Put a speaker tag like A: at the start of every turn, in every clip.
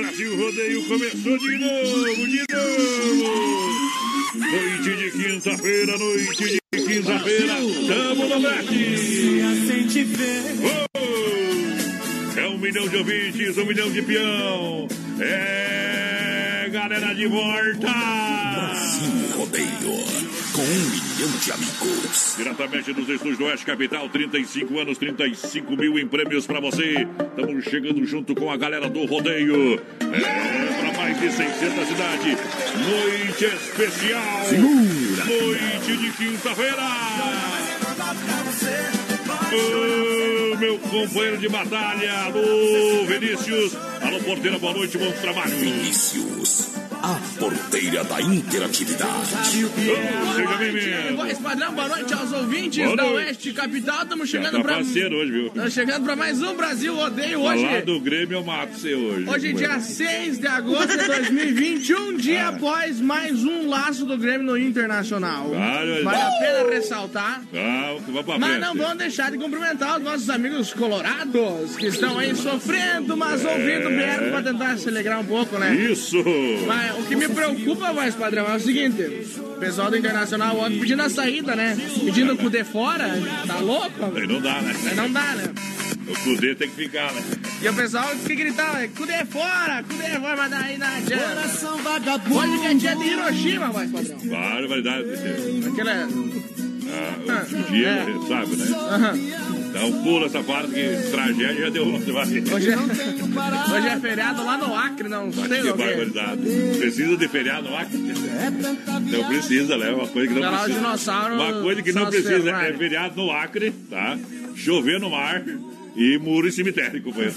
A: Brasil Rodeio começou de novo. Noite de quinta-feira, tamo no Black. É 1 milhão de ouvintes, 1 milhão de peão. É, galera de volta.
B: Brasil Rodeio, com 1 milhão de amigos.
A: Diretamente dos estúdios do Oeste Capital, 35 anos, 35 mil em prêmios pra você. Estamos chegando junto com a galera do Rodeio. Para mais de 600 cidades. Noite especial.
B: Segura.
A: Noite de quinta-feira. Oh, meu companheiro de batalha, alô, Vinícius. Alô, porteira, boa noite, bom trabalho.
B: Vinícius, a porteira da interatividade.
A: Seja bem-vindo.
C: Voz padrão, boa noite aos ouvintes da Oeste Capital. Estamos chegando para
A: hoje, viu?
C: Estamos chegando para mais um Brasil Rodeio hoje.
A: Falar do Grêmio eu mato você hoje.
C: Hoje, dia 6 de agosto de 2020, um dia após mais um laço do Grêmio no Internacional. Vale a pena ressaltar. Mas não vamos deixar de cumprimentar os nossos amigos colorados que estão aí sofrendo, mas ouvindo bem para tentar se alegrar um pouco, né?
A: Isso!
C: Mas o que me preocupa, voz padrão, é o seguinte: o pessoal do Internacional ontem pedindo a saída, né? Pedindo o Cudê fora, tá louco?
A: Aí não dá, né?
C: Aí não dá, né?
A: O Cudê tem que ficar, né?
C: E o pessoal que gritava, Cudê fora, mas daí não adianta. Hoje que é dia de Hiroshima, voz padrão.
A: Barbaridade.
C: Aquela...
A: dia, sabe, né? Então pula essa parte que tragédia já deu ontem.
C: Hoje é feriado lá no Acre, não sei o
A: que barbaridade. Precisa de feriado no Acre? Não precisa, né? Uma coisa que não precisa. Uma coisa que não precisa é feriado no Acre, tá? Chover no mar e muro e cemitério, companheiro.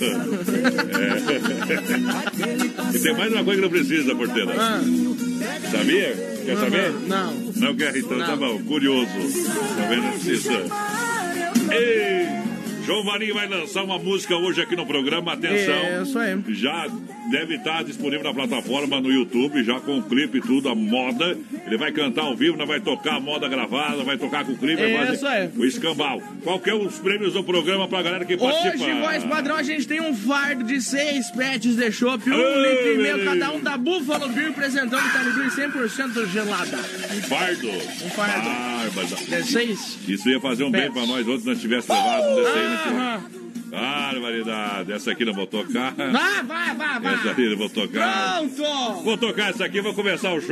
A: E tem mais uma coisa que não precisa, porteira. Sabia? Quer saber?
C: Não.
A: Não quer? Então tá bom. Curioso. Também não precisa. Ei! João Marinho vai lançar uma música hoje aqui no programa. Atenção.
C: Isso aí.
A: Já deve estar disponível na plataforma no YouTube, já com o clipe e tudo, a moda. Ele vai cantar ao vivo, vai tocar a moda gravada, vai tocar com o clipe, vai fazer o escambau. Qual que é os prêmios do programa pra galera que participa?
C: Hoje, voz padrão, a gente tem um fardo de 6 pets de chopp, 1,5 litro cada um da Buffalo Beer, apresentando Calibri 100% gelada.
A: Um fardo?
C: Um fardo. De 6.
A: Isso ia fazer um bem pra nós, outros não tivesse levado um desse aí, Barbaridade. Essa aqui não vou tocar.
C: Vai.
A: Essa aqui não vou tocar.
C: Pronto.
A: Vou tocar essa aqui, vou começar o show.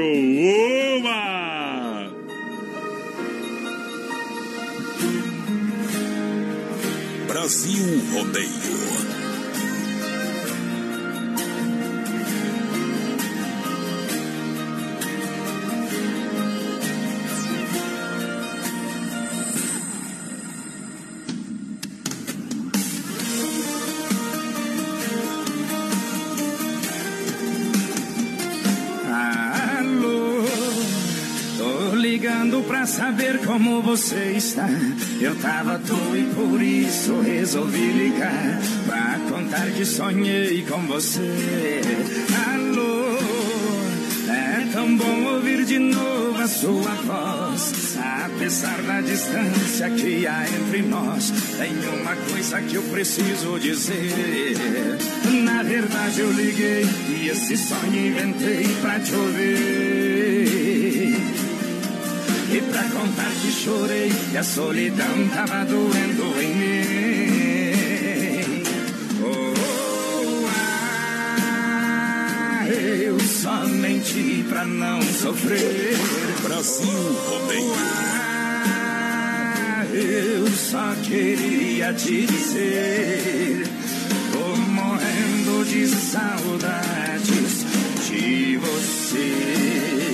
A: Uma!
B: Brasil Rodeio.
D: Pra saber como você está. Eu tava à toa e por isso resolvi ligar pra contar que sonhei com você. Alô, é tão bom ouvir de novo a sua voz. Apesar da distância que há entre nós, tem uma coisa que eu preciso dizer. Na verdade eu liguei e esse sonho inventei pra te ouvir. E pra contar que chorei, que a solidão tava doendo em mim. Eu só menti pra não sofrer.
B: Brasil Rodeio.
D: Eu só queria te dizer, tô morrendo de saudades de você.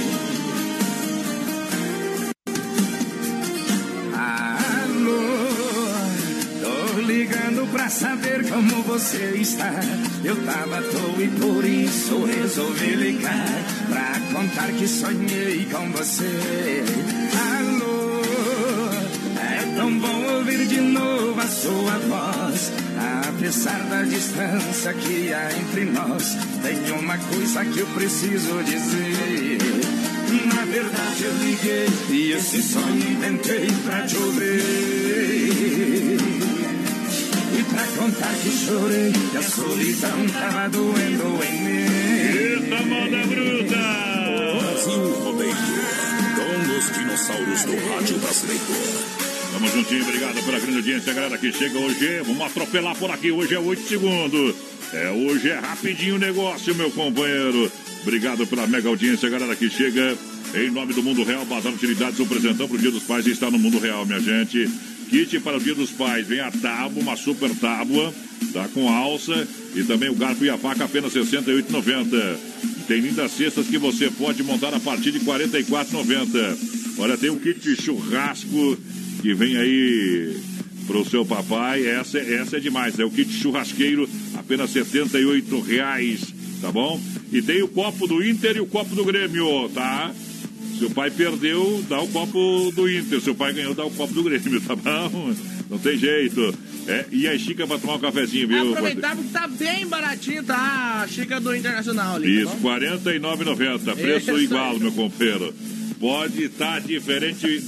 D: Pra saber como você está. Eu tava à toa e por isso resolvi ligar pra contar que sonhei com você. Alô, é tão bom ouvir de novo a sua voz. Apesar da distância que há entre nós, tem uma coisa que eu preciso dizer. Na verdade eu liguei e esse sonho inventei pra te ouvir. E pra contar que chorei, que a solidão tava doendo em mim.
A: Eita, moda bruta!
B: Brasil Rodeio, com os dinossauros do rádio brasileiro.
A: Tamo juntinho, obrigado pela grande audiência, galera que chega hoje. Vamos atropelar por aqui, hoje é 8 segundos. Hoje é rapidinho o negócio, meu companheiro. Obrigado pela mega audiência, galera que chega. Em nome do Mundo Real, Bazar Utilidades, apresentando pro Dia dos Pais e está no Mundo Real, minha gente. Kit para o Dia dos Pais, vem a tábua, uma super tábua, tá com alça e também o garfo e a faca apenas R$ 68,90. Tem lindas cestas que você pode montar a partir de R$ 44,90. Olha, tem um kit de churrasco que vem aí pro seu papai, essa é demais, é o kit churrasqueiro, apenas R$ 78,00, tá bom? E tem o copo do Inter e o copo do Grêmio, tá? Seu pai perdeu, dá o copo do Inter. Seu pai ganhou, dá o copo do Grêmio, tá bom? Não tem jeito. E a xícara pra tomar um cafezinho, viu?
C: Aproveitar porque tá bem baratinho, tá? A xícara do Internacional ali.
A: Isso, tá R$ 49,90. Preço igual, meu companheiro. Pode estar diferente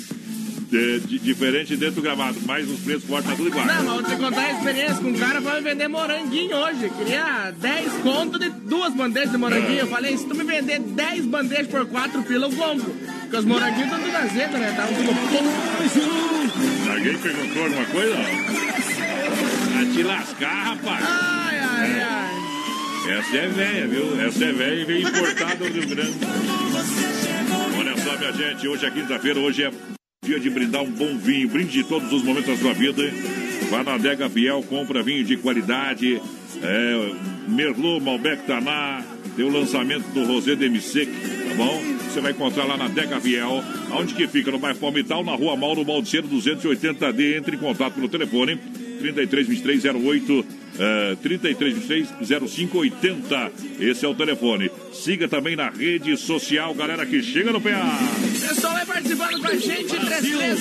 A: dentro do gramado, mas os preços fortes tá tudo igual.
C: Não, mas vou te contar a experiência com um cara pra me vender moranguinho hoje. Queria 10 conto de 2 bandejas de moranguinho. Eu falei, se tu me vender 10 bandejas por 4 pila, eu compro. Porque os moranguinhos estão tudo azedo, né? Tá tudo pouco.
A: Alguém perguntou alguma coisa? A te lascar, rapaz.
C: Ai.
A: Essa é velha, viu? Essa é velha e veio importada do Rio Grande. Olha só, minha gente, hoje é quinta-feira, hoje é dia de brindar um bom vinho, brinde de todos os momentos da sua vida. Vá na Adega Biel, compra vinho de qualidade. Merlot, Malbec, Taná. Tem o lançamento do Rosé Demi-Sec, tá bom? Você vai encontrar lá na Adega Biel. Aonde que fica? No bairro Palmital, na Rua Mauro Baldiceiro 280D. Entre em contato pelo telefone 332308 33230580. Esse é o telefone. Siga também na rede social, galera que chega no PA.
C: Pessoal, vai participando com a gente, 3361-3130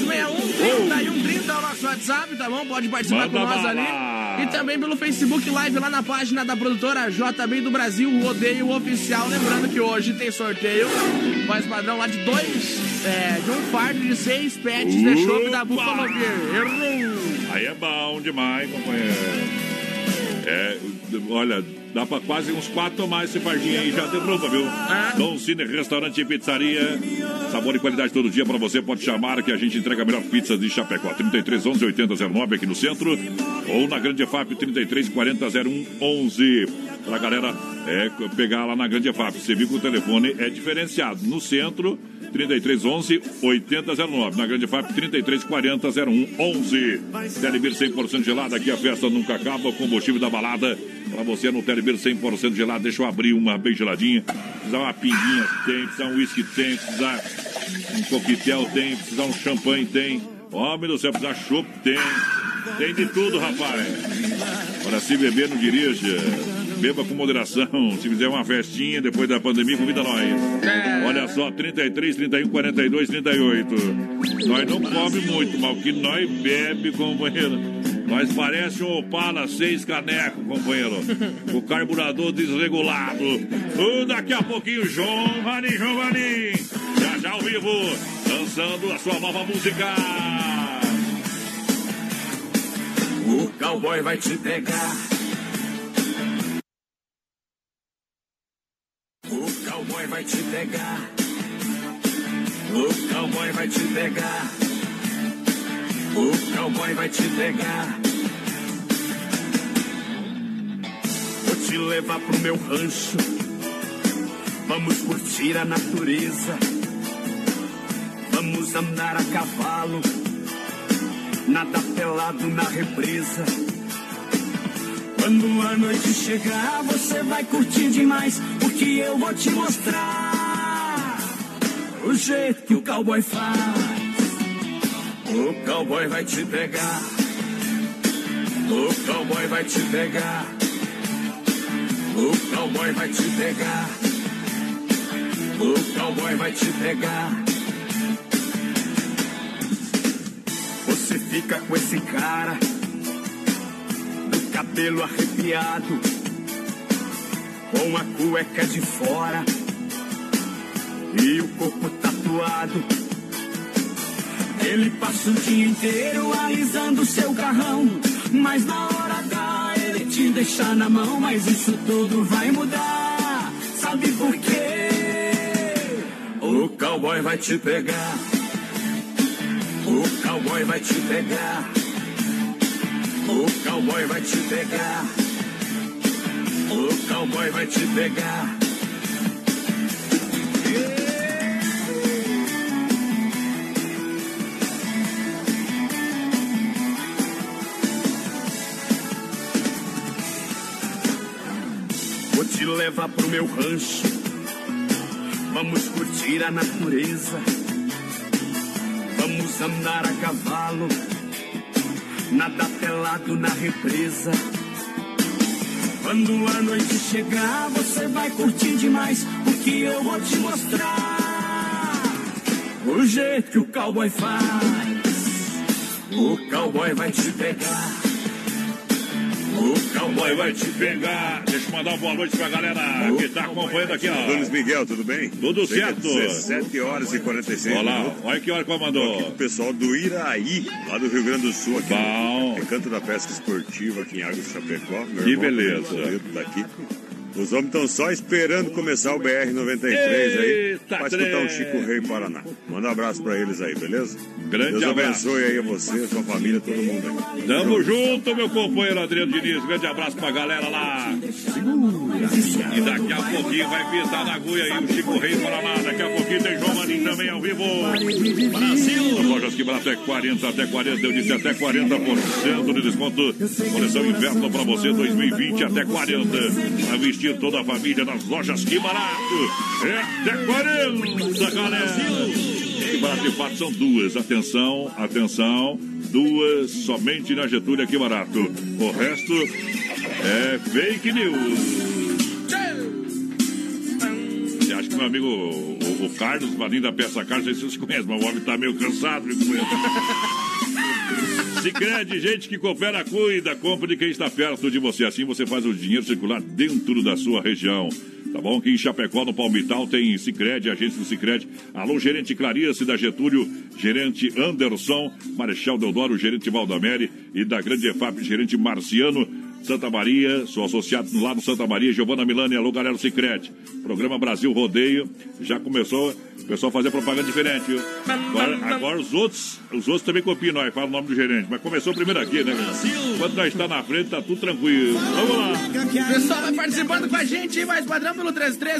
C: é o nosso WhatsApp, tá bom? Pode participar com nós ali. E também pelo Facebook Live lá na página da produtora JB do Brasil, Rodeio Oficial. Lembrando que hoje tem sorteio, mais padrão lá de de um fardo de 6 pets de chopp da Buffalo Beer.
A: Aí é bom demais, companheiro. Olha, dá pra quase uns 4 tomar esse fardinho aí, já derruba, viu? Dom Cine Restaurante e Pizzaria. Sabor e qualidade todo dia pra você, pode chamar que a gente entrega a melhor pizza de Chapecó. 3311-8009 aqui no centro. Ou na Grande EFAP, 3340-0111. Pra galera pegar lá na Grande EFAP. Você viu que o telefone é diferenciado. No centro, 3311-8009. Na Grande FAP, 3340-0111. Telebir 100% gelado. Aqui a festa nunca acaba. O combustível da balada. Pra você no Telebir 100% gelado. Deixa eu abrir uma bem geladinha. Precisar uma pinguinha, tem. Precisar um whisky, tem. Precisar um coquetel, tem. Precisar um champanhe, tem. Homem do céu, precisar chopp, tem. Tem de tudo, rapaz. Olha, se beber, não dirija. Beba com moderação. Se fizer uma festinha depois da pandemia, convida nós. Olha só, 33, 31, 42, 38. Nós não come muito, mas o que nós bebe, companheiro, nós parece um Opala 6 canecos, companheiro. O carburador desregulado. Daqui a pouquinho, João Vanim. Já ao vivo, lançando a sua nova música.
D: O cowboy vai te pegar. O cowboy vai te pegar. O cowboy vai te pegar. O cowboy vai te pegar. Vou te levar pro meu rancho. Vamos curtir a natureza. Vamos andar a cavalo. Nada pelado na represa. Quando a noite chegar, você vai curtir demais, porque eu vou te mostrar o jeito que o cowboy faz. O cowboy vai te pegar. O cowboy vai te pegar. O cowboy vai te pegar. O cowboy vai te pegar. Você fica com esse cara, do cabelo arrepiado, com a cueca de fora e o corpo tatuado. Ele passa o dia inteiro alisando seu carrão, Mas na hora H ele te deixa na mão. Mas isso tudo vai mudar. Sabe por quê? O cowboy vai te pegar. O cowboy vai te pegar. O cowboy vai te pegar. O cowboy vai te pegar. Vou te levar pro meu rancho. Vamos curtir a natureza. Vamos andar a cavalo. Nadar pelado na represa. Quando a noite chegar, você vai curtir demais, porque eu vou te mostrar o jeito que o cowboy faz. O cowboy vai te pegar.
A: O cowboy vai te pegar. Deixa eu mandar uma boa noite pra galera que tá acompanhando aqui, ó.
E: Luiz Miguel, tudo bem?
A: Tudo certo.
E: 17 horas e 46
A: Olha lá,
E: minutos.
A: olha que hora que mandou.
E: Aqui o pessoal do Iraí, lá do Rio Grande do Sul, aqui
A: bom.
E: No Recanto da Pesca Esportiva, aqui em Águas de Chapecó.
A: Que beleza.
E: Daqui. Os homens estão só esperando começar o BR-93 aí pra escutar um Chico Rei Paraná. Manda um abraço pra eles aí, beleza?
A: Grande
E: Deus
A: abraço.
E: abençoe aí a você, a sua família, todo mundo aí.
A: Tamo junto, meu companheiro Adriano Diniz. Grande abraço pra galera lá. Segura. E daqui a pouquinho vai pintar na agulha aí o Chico Rei Paraná. Daqui a pouquinho tem João Marinho também ao vivo. Brasil. Lojas que barato é 40, até 40, eu disse até 40% de desconto. Coleção inverno pra você 2020 até 40. Vai vestir toda a família nas lojas Que Barato. É até 40, galera. Que Barato de fato são duas. Atenção, atenção. Duas somente na Getúlio Que Barato. O resto é fake news. Você acha que meu amigo o Carlos, padrinho da Peça Carlos, não sei se vocês conhecem, mas o homem tá meio cansado. Sicredi, gente que coopera, cuida, compra de quem está perto de você. Assim você faz o dinheiro circular dentro da sua região. Tá bom? Aqui em Chapecó, no Palmital, tem Sicredi, agência do Sicredi. Alô, gerente Clarice da Getúlio, gerente Anderson, Marechal Deodoro, gerente Valdamere e da Grande EFAP, gerente Marciano. Santa Maria, sou associado lá no Santa Maria, Giovana Milani, alô, galera do Sicredi. Programa Brasil Rodeio, já começou o pessoal a fazer propaganda diferente, viu? Agora os outros também copiam, nós fala o nome do gerente, mas começou primeiro aqui, né? Quando nós está na frente, tá tudo tranquilo. Vamos lá.
C: O pessoal vai participando com a gente, mais padrão pelo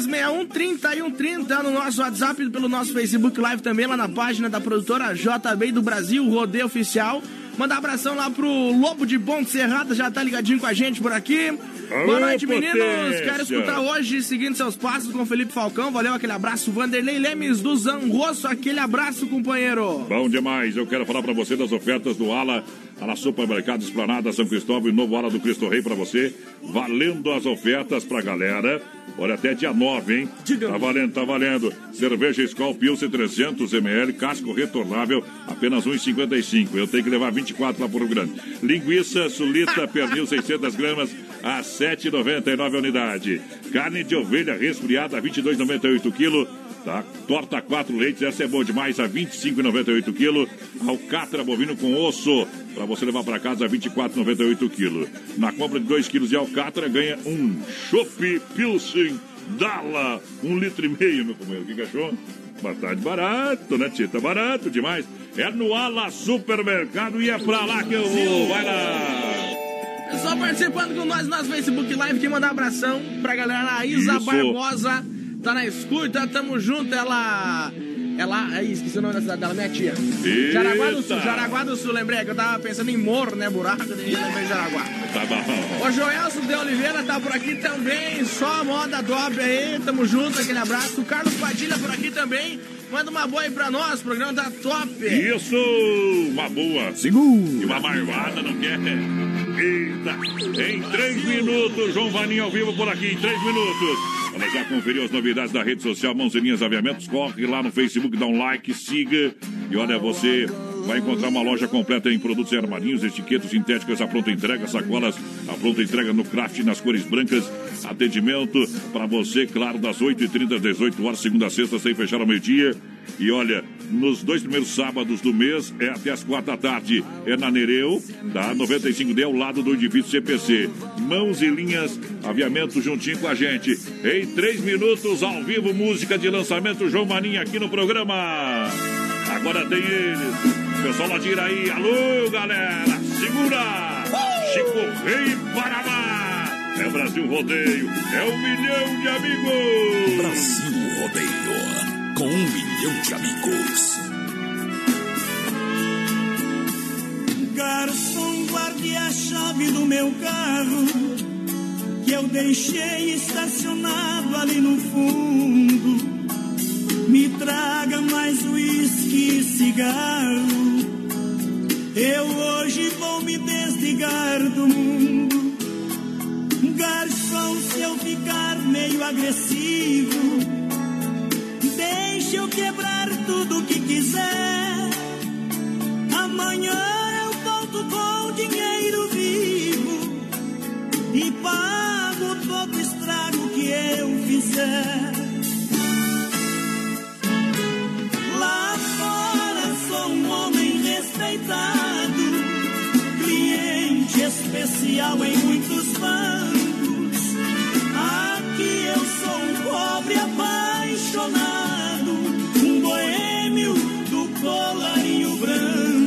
C: 3361-3130 no nosso WhatsApp, pelo nosso Facebook Live também, lá na página da produtora JB do Brasil, Rodeio Oficial. Mandar um abração lá pro Lobo de Ponte Serrada, já tá ligadinho com a gente por aqui. Boa noite, meninos. Quero escutar hoje, seguindo seus passos com o Felipe Falcão. Valeu, aquele abraço. Vanderlei Lemes do Zanrosso, aquele abraço, companheiro.
A: Bom demais. Eu quero falar pra você das ofertas do Ala Supermercado Esplanada São Cristóvão e novo Ala do Cristo Rei pra você. Valendo as ofertas pra galera. Olha, até dia 9, hein? Tá valendo, tá valendo. Cerveja Skol Pilsen 300 ml, casco retornável, apenas R$1,55. Eu tenho que levar 24 lá pro Rio Grande. Linguiça Sulita Pernil 600 gramas a R$ 7,99 a unidade. Carne de ovelha resfriada a R$ 22,98 quilo. Tá? Torta 4 leites, essa é boa demais, a R$ 25,98 quilo. Alcatra bovino com osso, para você levar para casa, a R$ 24,98 quilo. Na compra de 2 quilos de alcatra, ganha um Chopp Pilsen Dala, 1,5 litro, meu companheiro. O que achou? Bastante barato, né, tia? Tá barato demais. É no Ala Supermercado e é pra lá que eu vou. Vai lá.
C: Pessoal participando com nós no nosso Facebook Live, que mandar um abração pra galera. A Isa Barbosa tá na escuta, tamo junto. Ela esqueci o nome da cidade dela, minha tia. Jaraguá do Sul, lembrei que eu tava pensando em Morro, né, buraco, e lembrei de Jaraguá.
A: Tá bom.
C: O Joelson de Oliveira tá por aqui também, só moda top aí, tamo junto, aquele abraço. O Carlos Padilha por aqui também, manda uma boa aí pra nós, o programa tá top.
A: Isso, uma boa.
C: Segura.
A: E uma marvada, não quer? Eita, em 3 minutos, João Vaninho ao vivo por aqui, em 3 minutos. Vamos já conferir as novidades da rede social Mãozinhas Aviamentos. Corre lá no Facebook, dá um like, siga. E olha, você vai encontrar uma loja completa em produtos e armarinhos, etiquetas sintéticas, a pronta entrega, sacolas, a pronta entrega no craft, nas cores brancas. Atendimento para você, claro, das 8h30 às 18 horas, segunda a sexta, sem fechar ao meio-dia. E olha, nos 2 primeiros sábados do mês, até as 4 da tarde. É na Nereu, tá? 95D, ao lado do edifício CPC. Mãos e linhas, aviamento juntinho com a gente. Em 3 minutos, ao vivo, música de lançamento, João Maninha aqui no programa. Agora tem eles. Pessoal lá de Iraí. Alô, galera. Segura. Chico Rei Paraná. É Brasil Rodeio. É 1 milhão de amigos.
B: Brasil Rodeio. Com 1 milhão de amigos.
F: Garçom, guarde a chave do meu carro, que eu deixei estacionado ali no fundo. Me traga mais uísque e cigarro. Eu hoje vou me desligar do mundo. Garçom, se eu ficar meio agressivo, deixe eu quebrar tudo que quiser. Amanhã eu volto com dinheiro vivo e pago todo o estrago que eu fizer. Lá fora sou um homem respeitado, cliente especial em muitos bancos. Aqui eu sou um pobre apaixonado, um boêmio do colarinho branco.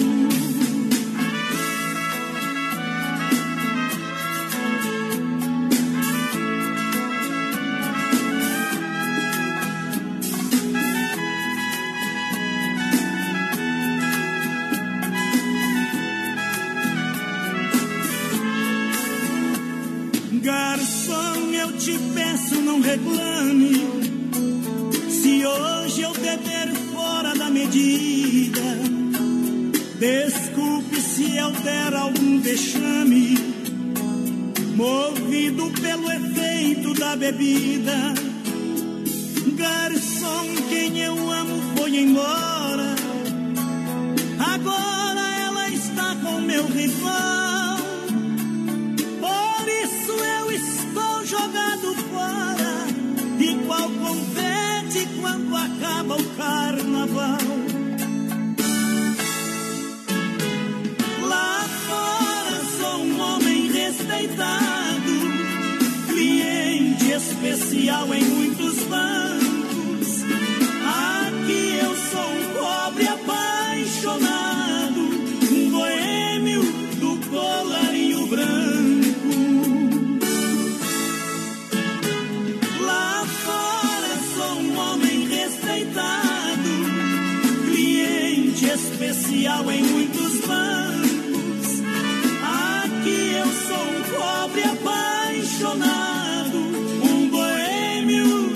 F: Garçom, eu te peço, não reclame se hoje eu beber fora da medida. Desculpe se eu der algum vexame, movido pelo efeito da bebida. Garçom, quem eu amo foi embora, agora ela está com meu rival. Jogado fora, igual confete quando acaba o carnaval. Lá fora sou um homem respeitado, cliente especial em muitos bancos. Aqui eu sou um pobre apaixonado, um boêmio do colarinho branco. Cliente especial em muitos bancos. Aqui eu sou um pobre apaixonado, um boêmio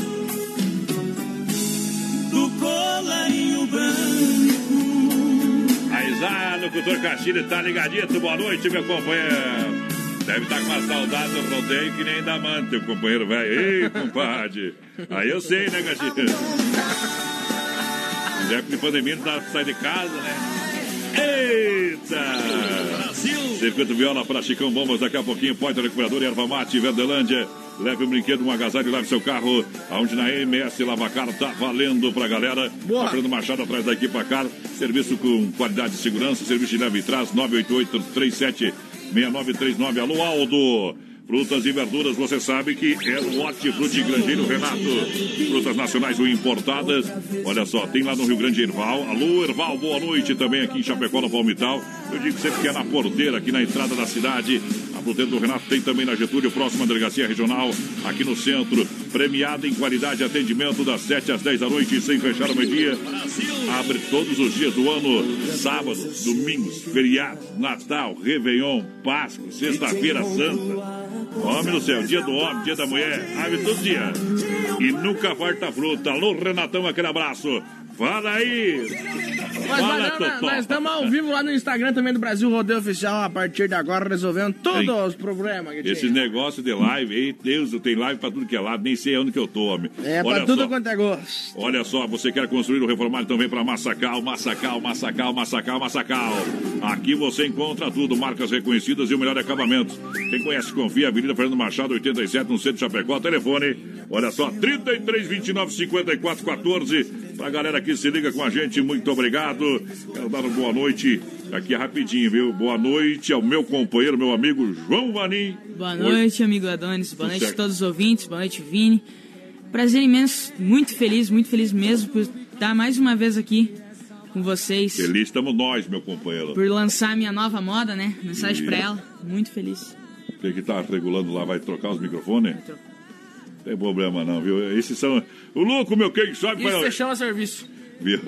F: do colarinho branco.
A: Aí, locutor Castilho, tá ligadito? Boa noite, meu companheiro. Deve estar com uma saudade do rodeio que nem da manta, o companheiro velho. Ei, compadre. Aí eu sei, né, Castilho? Na época de pandemia não dava pra sair de casa, né? Eita! Brasil! Circuito Viola para Chicão Bombas, daqui a pouquinho, Poitra Recuperador e Erva Mate, Verdelândia. Leve um brinquedo, um agasalho e leve seu carro. Aonde na MS Lavacar tá valendo pra galera. Fernando Machado atrás da equipe Car. Serviço com qualidade de segurança. Serviço de leve e trás, 988-37-6939. Alô, Aldo! Frutas e verduras, você sabe que é o Hortifruti Grangeiro Renato. Frutas nacionais ou importadas. Olha só, tem lá no Rio Grande Erval. Alô, Erval, boa noite. Também aqui em Chapecó, no Palmital. Eu digo sempre que é na porteira, aqui na entrada da cidade. A fruteira do Renato tem também na Getúlio, próxima delegacia regional, aqui no centro. Premiada em qualidade e atendimento das 7 às 10 da noite, sem fechar ao meio-dia. Abre todos os dias do ano, sábados, domingos, feriados, Natal, Réveillon, Páscoa, Sexta-feira Santa. Homem do céu, dia do homem, dia da mulher, abre todo dia. E nunca falta fruta. Alô, Renatão, aquele abraço. Fala aí!
C: Nós estamos ao vivo lá no Instagram também do Brasil Rodeio Oficial, a partir de agora, resolvendo todos os problemas que
A: esses negócios de live, ei, Deus, tem live pra tudo que é lado, nem sei onde que eu tô, homem.
C: É, olha pra tudo quanto é gosto.
A: Olha só, você quer construir ou reformar, então vem pra Massacal. Aqui você encontra tudo, marcas reconhecidas e o melhor acabamento. Quem conhece, confia, Avenida Fernando Machado, 87, no centro de Chapecó. Telefone, olha só, 33 29 54 14. Pra galera que se liga com a gente, muito obrigado. Quero dar uma boa noite aqui rapidinho, viu? Boa noite ao meu companheiro, meu amigo João Vanim.
G: Boa noite, amigo Adonis. Boa noite a todos os ouvintes. Boa noite, Vini. Prazer imenso, muito feliz mesmo por estar mais uma vez aqui com vocês.
A: Feliz estamos nós, meu companheiro.
G: Por lançar minha nova moda, né? Mensagem pra ela. Muito feliz.
A: Quem que tá regulando lá vai trocar os microfones? Não tem problema não, viu? Esses são... O louco, meu, quem sabe...
C: Isso se chama serviço.
A: Viu?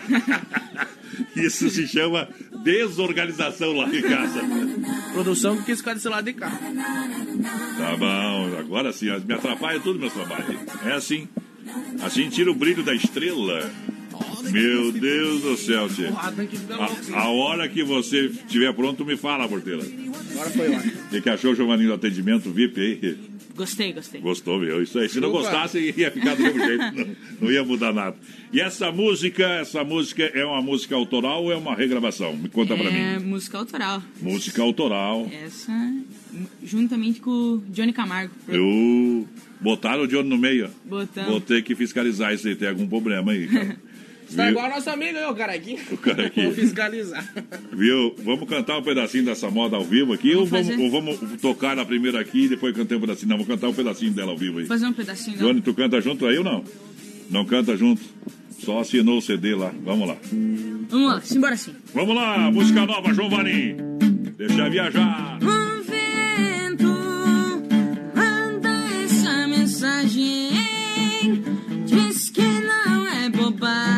A: Isso se chama desorganização lá em casa.
C: Produção que quis ficar desse lado de cá.
A: Tá bom, agora sim, me atrapalha tudo meus trabalhos. É assim. Assim tira o brilho da estrela. Meu Deus do céu, tia. A hora que você estiver pronto, me fala, porteira.
C: Agora foi lá.
A: O que achou o Giovanninho do atendimento VIP aí?
G: Gostei.
A: Gostou, meu? Isso aí. Se não gostasse, ia ficar do mesmo jeito. Não ia mudar nada. E essa música é uma música autoral ou é uma regravação? Me conta pra mim.
G: É música autoral.
A: Música autoral.
G: Essa, juntamente com o Johnny Camargo.
A: Botaram o Johnny no meio?
G: Botamos.
A: Vou ter que fiscalizar isso aí. Tem algum problema aí, cara.
C: Você tá igual nosso amigo aí, o Carequinho.
A: O Carequinho.
C: Vou fiscalizar.
A: Viu? Vamos cantar um pedacinho dessa moda ao vivo aqui ou vamos tocar na primeira aqui e depois cantar um pedacinho? Não, vou cantar um pedacinho dela ao vivo aí.
G: Fazer um pedacinho.
A: Johnny, tu canta junto aí ou não? Não canta junto. Só assinou o CD lá. Vamos lá.
G: Vamos lá, simbora sim.
A: Vamos lá, música nova, João Vanim. Deixa viajar.
G: Um vento manda essa mensagem. Diz que não é bobagem.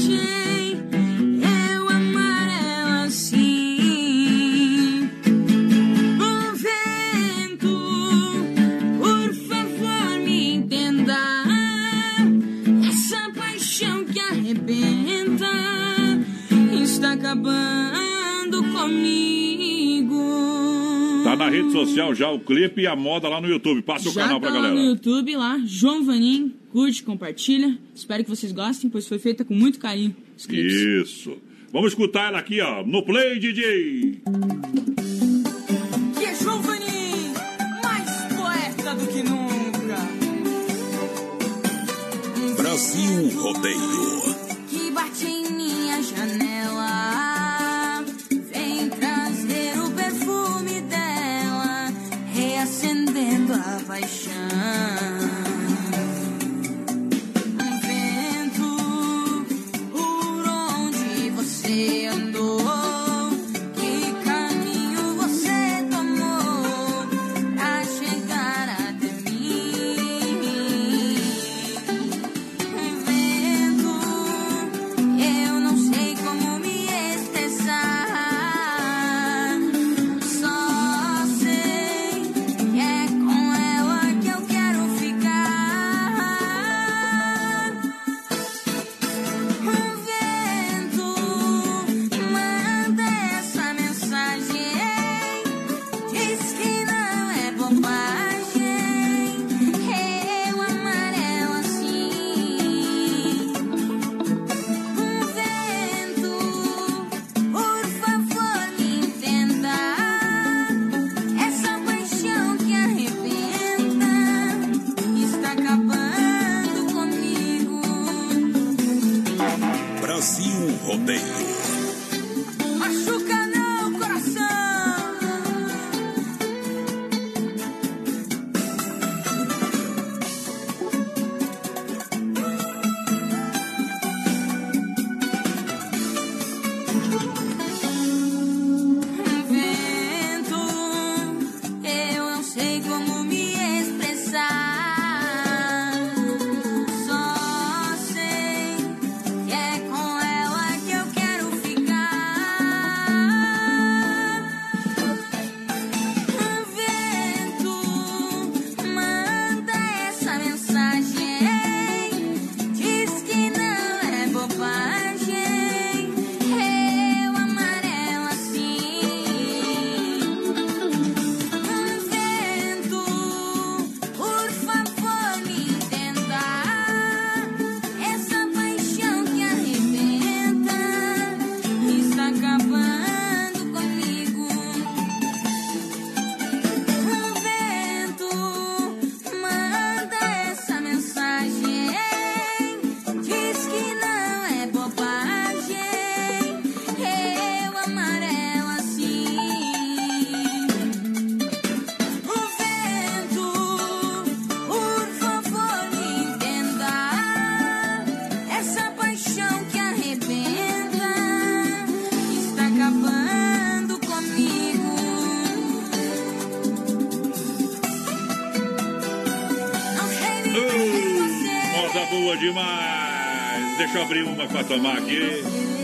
G: Acabando comigo.
A: Tá na rede social já o clipe e a moda lá no YouTube. Passa o canal pra galera.
G: Já tá lá no YouTube, lá, João Vanim. Curte, compartilha. Espero que vocês gostem, pois foi feita com muito carinho.
A: Isso. Vamos escutar ela aqui, ó, no Play, DJ.
H: Que é João Vanim, mais poeta do que nunca.
B: Brasil Rodeio.
H: Que bate em minha janela, vem trazer o perfume dela, reacendendo a paixão. Um vento, por onde você andou, que caminho você tomou pra chegar até mim. Um vento, eu não sei como me expressar, só sei que é com ela que eu quero
A: Moda boa demais. Deixa eu abrir uma pra tomar aqui.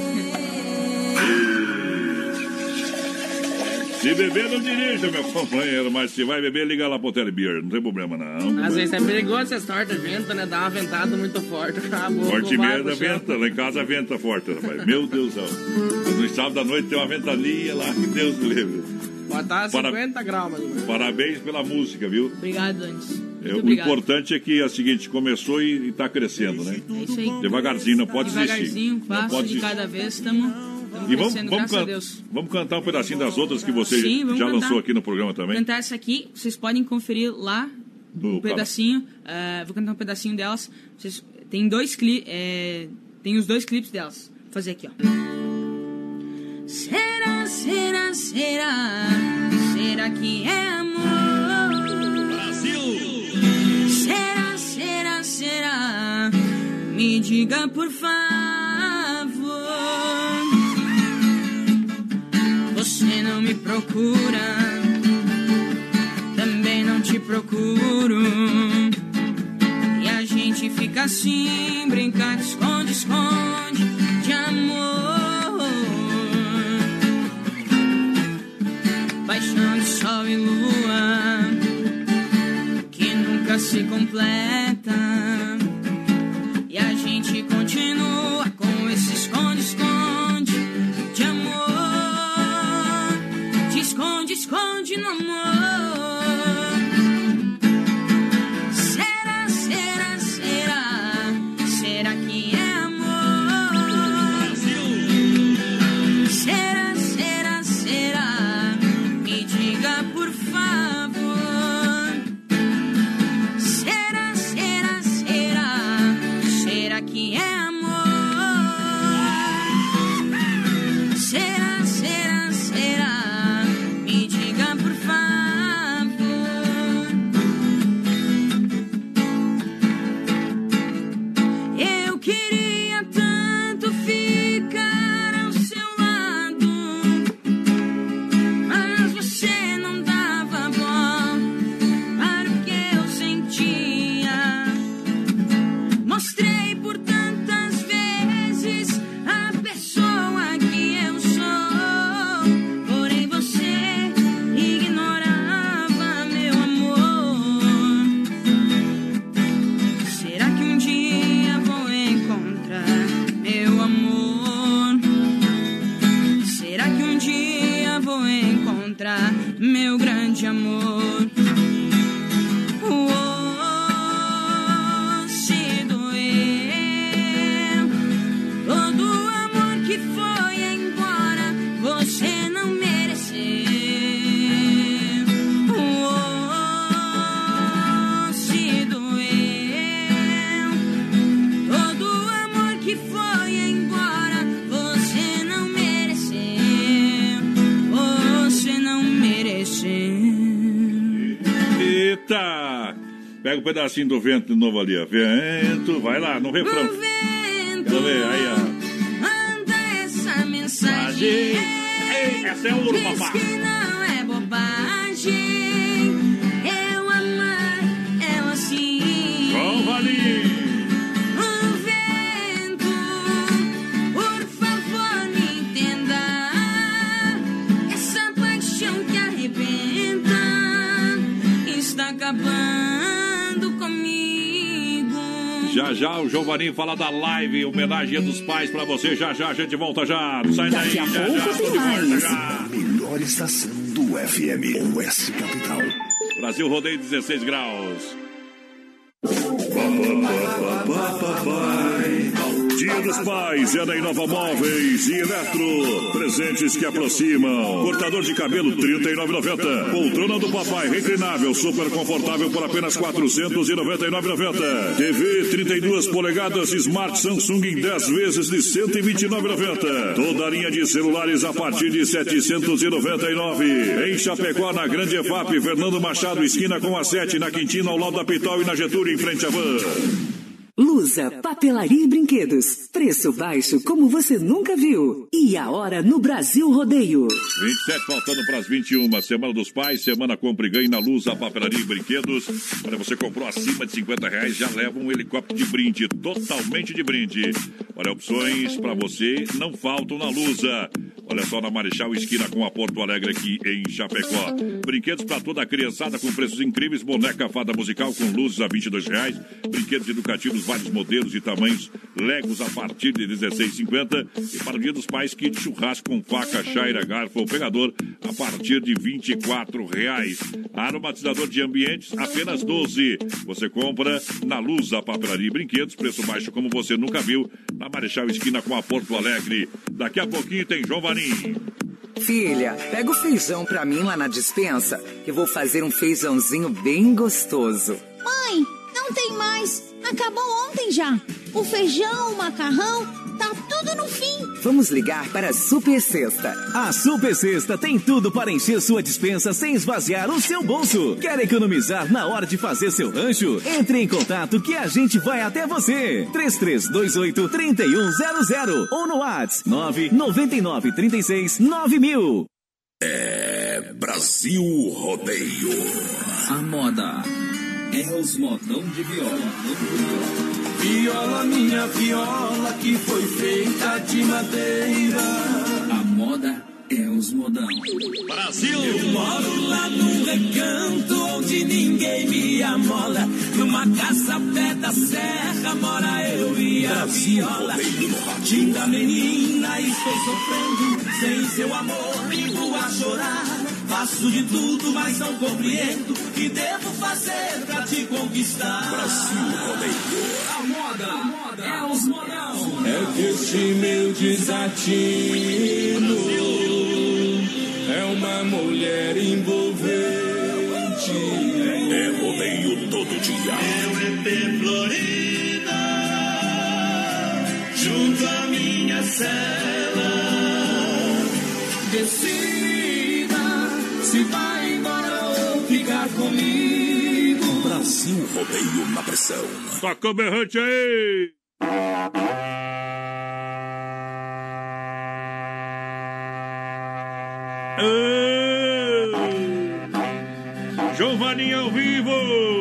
A: Se beber, não dirija, meu companheiro. Mas se vai beber, liga lá pro Telebeer. Não tem problema, não.
C: Às vezes é perigoso essas tortas venta, né? Dá uma ventada muito forte.
A: Forte merda, venta. Lá em casa, venta forte, rapaz. Meu Deus do céu. No sábado à noite tem uma ventania lá. Que Deus me livre.
C: Botar 50 graus, mais.
A: Parabéns pela música, viu?
G: Obrigado, Danis.
A: O importante é que é o seguinte, começou e tá crescendo, né?
G: É isso aí.
A: Devagarzinho, não pode desistir.
G: Devagarzinho, passo de cada vez, estamos...
A: E vamos cantar um pedacinho das outras que você já lançou aqui no programa também?
G: Vou cantar essa aqui, vocês podem conferir lá um pedacinho. Vou cantar um pedacinho delas. Vocês, tem os dois clipes delas. Vou fazer aqui, ó. Será, será, será? Será que é amor?
A: Brasil!
G: Será, será, será? Me diga por favor. Você não me procura, também não te procuro. E a gente fica assim, brincar de esconde, esconde de amor. Paixão de sol e lua, que nunca se completa. E a gente continua com esse esconde, esconde de amor. Esconde, esconde no amor. Será, será, será? Será que é amor? Será, será, será? Me diga por favor. Será, será, será? Será que é amor? Será, será, será? Por favor, eu queria tanto ficar ao seu lado, mas você não dava bola para o que eu sentia. Mostrei por tantas vezes a pessoa que eu sou, porém você ignorava meu amor. Será que um dia vou encontrar meu amor? Será que um dia vou encontrar meu grande amor? Se doeu todo o amor que foi embora, você não mereceu. Se doeu todo o amor que foi embora, você não mereceu. Você não mereceu.
A: Eita! Pega um pedacinho do vento de novo ali, ó. Vento, vai lá, no refrão.
G: O vento,
A: quero ver, aí, ó.
G: manda essa mensagem.
A: Ei, essa é ouro,
G: Diz
A: papá.
G: que não é bobagem eu amar ela assim.
A: João Valim.
G: O vento, por favor, me entenda. Essa paixão que arrebenta está acabando comigo.
A: Já o João Valim fala da live, homenagem dos pais pra você. Já a gente volta já. Não sai daí,
B: Daqui a pouco tem mais. A melhor estação do FM, OS Capital.
A: Brasil Rodeio 16 graus. Dia dos Pais é na Inova Móveis e Eletro. Presentes que aproximam. Cortador de cabelo R$ 39,90. Poltrona do papai reclinável, super confortável por apenas R$ 499,90. TV 32 polegadas Smart Samsung em 10 vezes de R$ 129,90. Toda a linha de celulares a partir de R$ 799. Em Chapecó, na Grande EFAP, Fernando Machado, esquina com a 7, na Quintina, ao lado da Pitol e na Getúlio, em frente à Van.
I: Lusa, papelaria e brinquedos. Preço baixo como você nunca viu. E a hora no Brasil Rodeio.
A: 27 faltando para as 21. Semana dos Pais, semana compra e ganha na Lusa, papelaria e brinquedos. Olha, você comprou acima de R$50, já leva um helicóptero de brinde, totalmente de brinde. Olha, opções para você não faltam na Lusa. Olha só, na Marechal, esquina com a Porto Alegre aqui em Chapecó. Brinquedos para toda a criançada com preços incríveis. Boneca fada musical com luzes a R$22. Brinquedos educativos, vários modelos e tamanhos. Legos a partir de R$16,50. E para o Dia dos Pais, kit churrasco com faca, chaira, garfo ou pegador a partir de R$24. Aromatizador de ambientes, apenas R$12. Você compra na Lusa, papelaria e brinquedos. Preço baixo como você nunca viu. Na Marechal, esquina com a Porto Alegre. Daqui a pouquinho tem João Vanim.
J: Filha, pega o feijão pra mim lá na despensa, que eu vou fazer um feijãozinho bem gostoso.
K: Mãe, não tem mais. Acabou ontem já. O feijão, o macarrão, tá tudo no fim.
J: Vamos ligar para a Super Sexta.
L: A Super Sexta tem tudo para encher sua despensa sem esvaziar o seu bolso. Quer economizar na hora de fazer seu rancho? Entre em contato que a gente vai até você. 3328-3100 ou no WhatsApp 999369000.
B: É Brasil Rodeio.
M: A moda é os modão de viola.
F: Viola, minha viola, que foi feita de madeira.
M: A moda é os modão.
F: Brasil! Eu moro lá num recanto onde ninguém me amola. Numa casa pé da serra mora eu e a viola. Linda menina, estou sofrendo. Sem seu amor, vivo a chorar. Faço de tudo, mas não compreendo. O que devo fazer pra te conquistar?
B: Brasil Rodeio.
M: A moda é os modão.
F: É que este meu desatino é uma mulher envolvente.
B: É rodeio todo dia.
F: Eu EP Florida, junto à minha cela. Decida se vai embora ou ficar comigo.
B: Brasil Rodeio na pressão.
A: Toca o berrante aí! João Vanim ao vivo.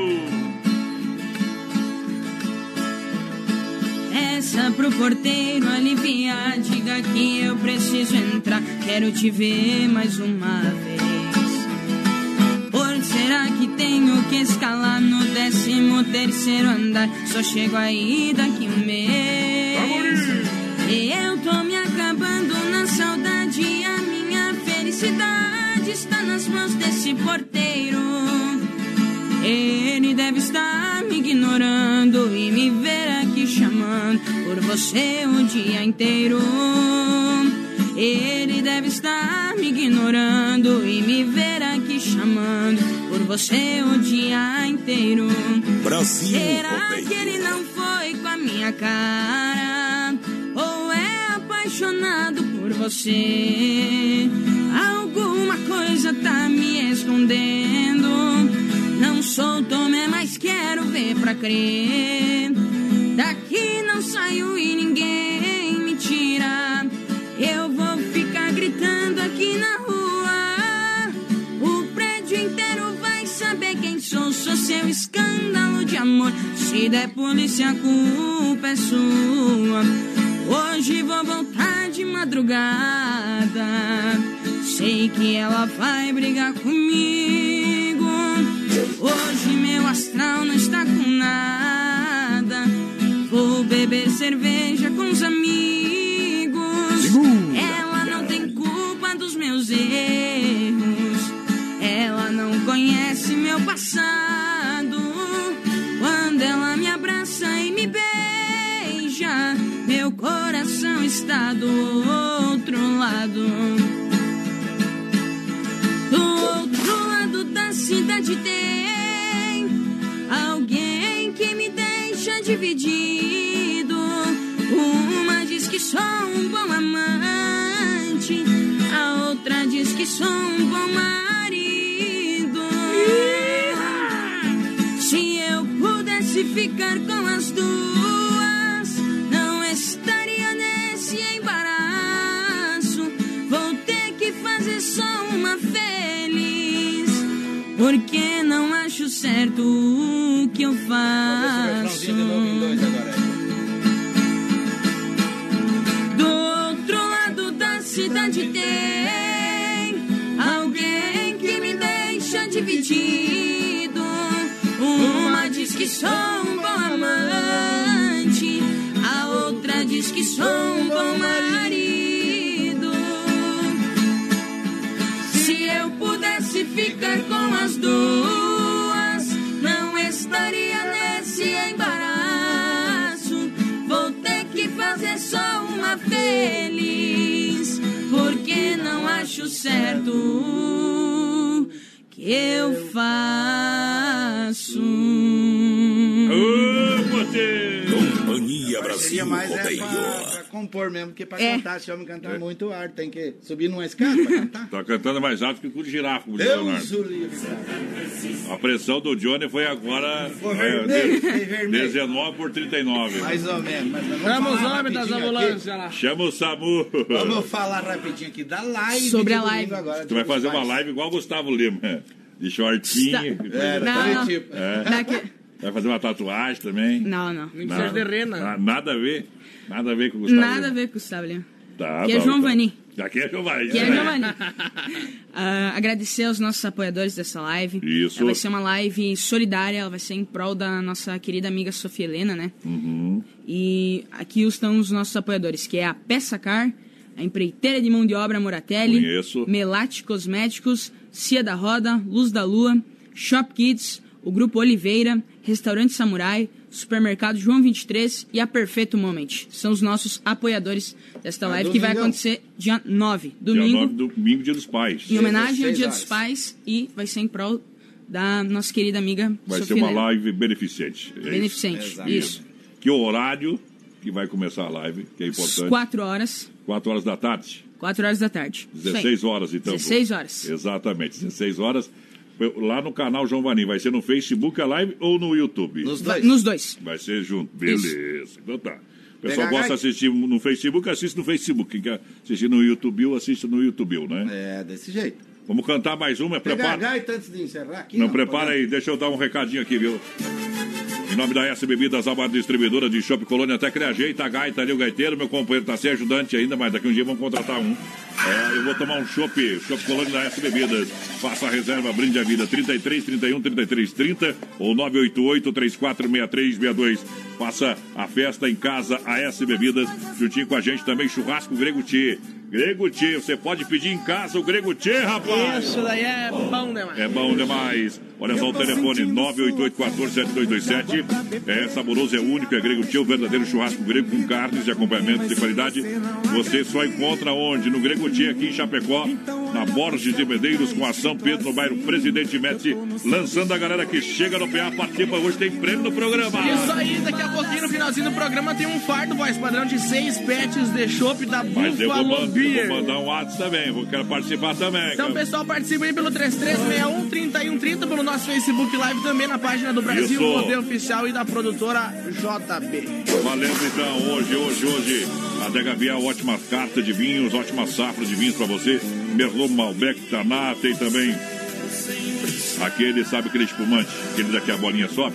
G: Peça pro porteiro aliviar, diga que eu preciso entrar. Quero te ver mais uma vez. Por será que tenho que escalar no 13º andar? Só chego aí daqui um mês. E eu tô me acabando na saudade. A minha felicidade está nas mãos desse porteiro. Ele deve estar me ignorando e me ver aqui chamando por você o dia inteiro. Ele deve estar me ignorando e me ver aqui chamando por você o dia inteiro.
B: Brasil.
G: Será que ele não foi com a minha cara? Ou é apaixonado por você? Alguma coisa tá me escondendo. Não sou Tomé, mas quero ver pra crer. Daqui não saio e ninguém me tira. Eu vou ficar gritando aqui na rua. O prédio inteiro vai saber quem sou. Sou seu escândalo de amor. Se der polícia, a culpa é sua. Hoje vou voltar de madrugada. Sei que ela vai brigar comigo. Hoje meu astral não está com nada. Vou beber cerveja com os amigos. Ela não tem culpa dos meus erros. Ela não conhece meu passado. Quando ela me abraça e me beija, meu coração está do outro lado. Do outro lado da cidade tem alguém que me deixa dividido. Uma diz que sou um bom amante, a outra diz que sou um bom marido. Se eu pudesse ficar com as duas, porque não acho certo o que eu faço. Do outro lado da cidade tem alguém que me deixa dividido. Uma diz que sou um bom amante, a outra diz que sou um bom marido. Se eu pudesse ficar com as duas, não estaria nesse embaraço. Vou ter que fazer só uma feliz, porque não acho certo que eu faço.
B: Companhia Brasil Rodeio.
N: Pra compor mesmo, porque pra cantar, esse homem cantar muito alto, tem que subir numa escada pra cantar.
A: Tá cantando mais alto que o cu de girafa, como diz o Leonardo. A pressão do Johnny foi agora 19 por 39.
N: Mais ou menos.
C: Chama os homens das ambulâncias lá.
A: Chama o SAMU.
N: Vamos falar rapidinho aqui da live.
G: Sobre a live.
N: Agora,
A: tu vai fazer uma live igual o Gustavo Lima. De shortinho.
G: Não.
N: Tipo.
A: Vai fazer uma tatuagem também?
G: Não.
A: Nada a ver. Nada a ver com o Gustavo.
G: Nada a ver com o Gustavo Lima.
A: Tá,
G: que é João Vani.
A: Aqui é Giovanni.
G: Agradecer aos nossos apoiadores dessa live.
A: Isso.
G: Ela vai ser uma live solidária, ela vai ser em prol da nossa querida amiga Sofia Helena, né?
A: Uhum.
G: E aqui estão os nossos apoiadores, que é a Peça Car, a Empreiteira de Mão de Obra Moratelli,
A: Conheço.
G: Melate Cosméticos, Cia da Roda, Luz da Lua, Shop Kids, o Grupo Oliveira, Restaurante Samurai, Supermercado João 23 e a Perfeito Moment. São os nossos apoiadores desta live, que vai acontecer dia 9, domingo.
A: Dia 9, domingo, Dia dos Pais.
G: Em homenagem ao Dia dos Pais, e vai ser em prol da nossa querida amiga
A: Vai
G: Sofia
A: ser uma
G: Helena.
A: live beneficente.
G: Beneficente, isso.
A: Que horário que vai começar a live, que é importante?
G: 4 horas.
A: 4 horas da tarde?
G: 4 horas da tarde.
A: 16 horas, então.
G: 16 horas.
A: Exatamente, 16 horas. Lá no canal João Vanim. Vai ser no Facebook a live ou no YouTube?
G: Nos dois.
A: Vai ser junto. Beleza. Então tá. O pessoal gosta de assistir no Facebook, assiste no Facebook. Quem quer assistir no YouTube, assiste no YouTube, né?
N: É, desse jeito.
A: Vamos cantar mais uma. Prepara.
N: Gaita antes de encerrar aqui.
A: Não, prepara aí. Deixa eu dar um recadinho aqui, viu? Em nome da S Bebidas, a maior distribuidora de Chopp Colônia, até que ajeita a gaita ali, o gaiteiro. Meu companheiro tá sem ajudante ainda, mas daqui um dia vamos contratar um. Eu vou tomar um Chopp Colônia da S Bebidas. Faça a reserva, brinde a vida. 33, 31, 33, 30 ou 988 346362. Faça a festa em casa, a S Bebidas. Juntinho com a gente também, churrasco Grego Tchê. Grego Tchê, você pode pedir em casa o Grego Tchê, rapaz.
C: Isso daí é bom demais.
A: É bom demais. Olha só o telefone 988-14-7227. É saboroso, é único, é Grego Tchê, o verdadeiro churrasco grego com carnes e acompanhamentos de qualidade. Você só encontra onde? No Grego Tchê, aqui em Chapecó, na Borges de Medeiros, com a São Pedro, no bairro Presidente Médici, lançando a galera que chega no PA, participa. Hoje tem prêmio no programa.
C: Isso aí, daqui a pouquinho, no finalzinho do programa, tem um fardo, voz padrão de 6 pets de chopp da Buffalo Beer.
A: Vou mandar um WhatsApp também, quero participar também.
C: Então, pessoal, participa aí pelo 3361-3130, pelo nosso Facebook Live, também na página do Brasil Rodeio Oficial e da produtora JB.
A: Valendo então, hoje, a Dega Biel, ótima carta de vinhos, ótima safra de vinhos pra você. Merlot, Malbec, Taná, tem também aquele, sabe aquele espumante, aquele daqui a bolinha só?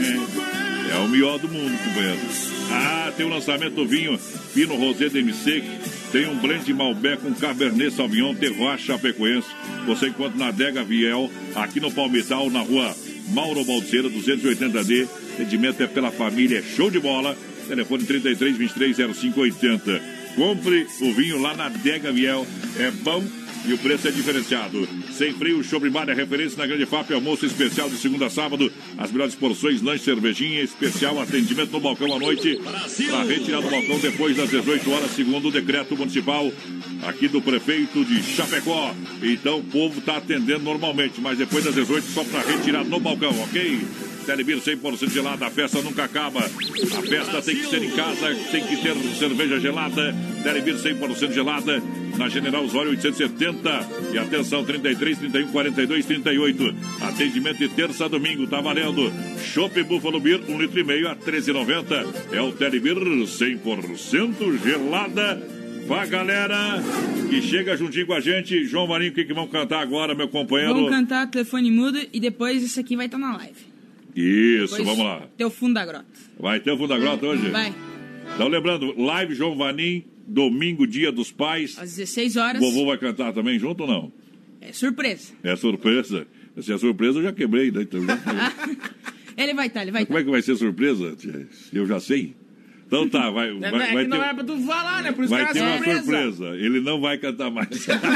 A: É o melhor do mundo, companheiro. Tem o lançamento do vinho Pinot Rosé DMC. Tem um blend de Malbec com Cabernet Sauvignon, Terroir Chapecoense. Você encontra na Dega Viel, aqui no Palmital, na rua Mauro Baldeira, 280D. Rendimento é pela família, é show de bola. Telefone 33 23 05 80. Compre o vinho lá na Dega Viel. É bom e o preço é diferenciado. Sem frio, Chopp Bar é referência na Grande FAP, almoço especial de segunda a sábado. As melhores porções, lanche, cervejinha especial, atendimento no balcão à noite. Para retirar do balcão depois das 18 horas, segundo o decreto municipal aqui do prefeito de Chapecó. Então o povo está atendendo normalmente, mas depois das 18 só para retirar no balcão, ok? Telebir 100% gelada, a festa nunca acaba. A festa tem que ser em casa, tem que ter cerveja gelada. Telebir 100% gelada, na General Osório 870. E atenção, 33, 31, 42, 38. Atendimento de terça a domingo, tá valendo. Chopp Buffalo Beer, 1,5 litro a R$13,90. É o Telebir 100% gelada. Pra galera que chega juntinho com a gente, João Marinho, o que vão cantar agora, meu companheiro?
G: Vamos cantar Telefone Mudo e depois isso aqui vai estar na live.
A: Isso,
G: depois
A: vamos lá.
G: Ter o Fundo da Grota.
A: Vai ter o Fundo da Grota hoje?
G: Vai.
A: Então lembrando, live João Vanim, domingo, dia dos pais.
G: Às 16 horas.
A: Vovô vai cantar também junto ou não?
G: É surpresa.
A: É surpresa? Se é surpresa, eu já quebrei, né? Então,
G: ele vai estar,
A: Como é que vai ser surpresa? Eu já sei. Então tá, vai
C: não
A: ter...
C: Não é pra tu falar, né? Por isso
A: vai
C: que
A: ter uma surpresa. Ele não vai cantar mais.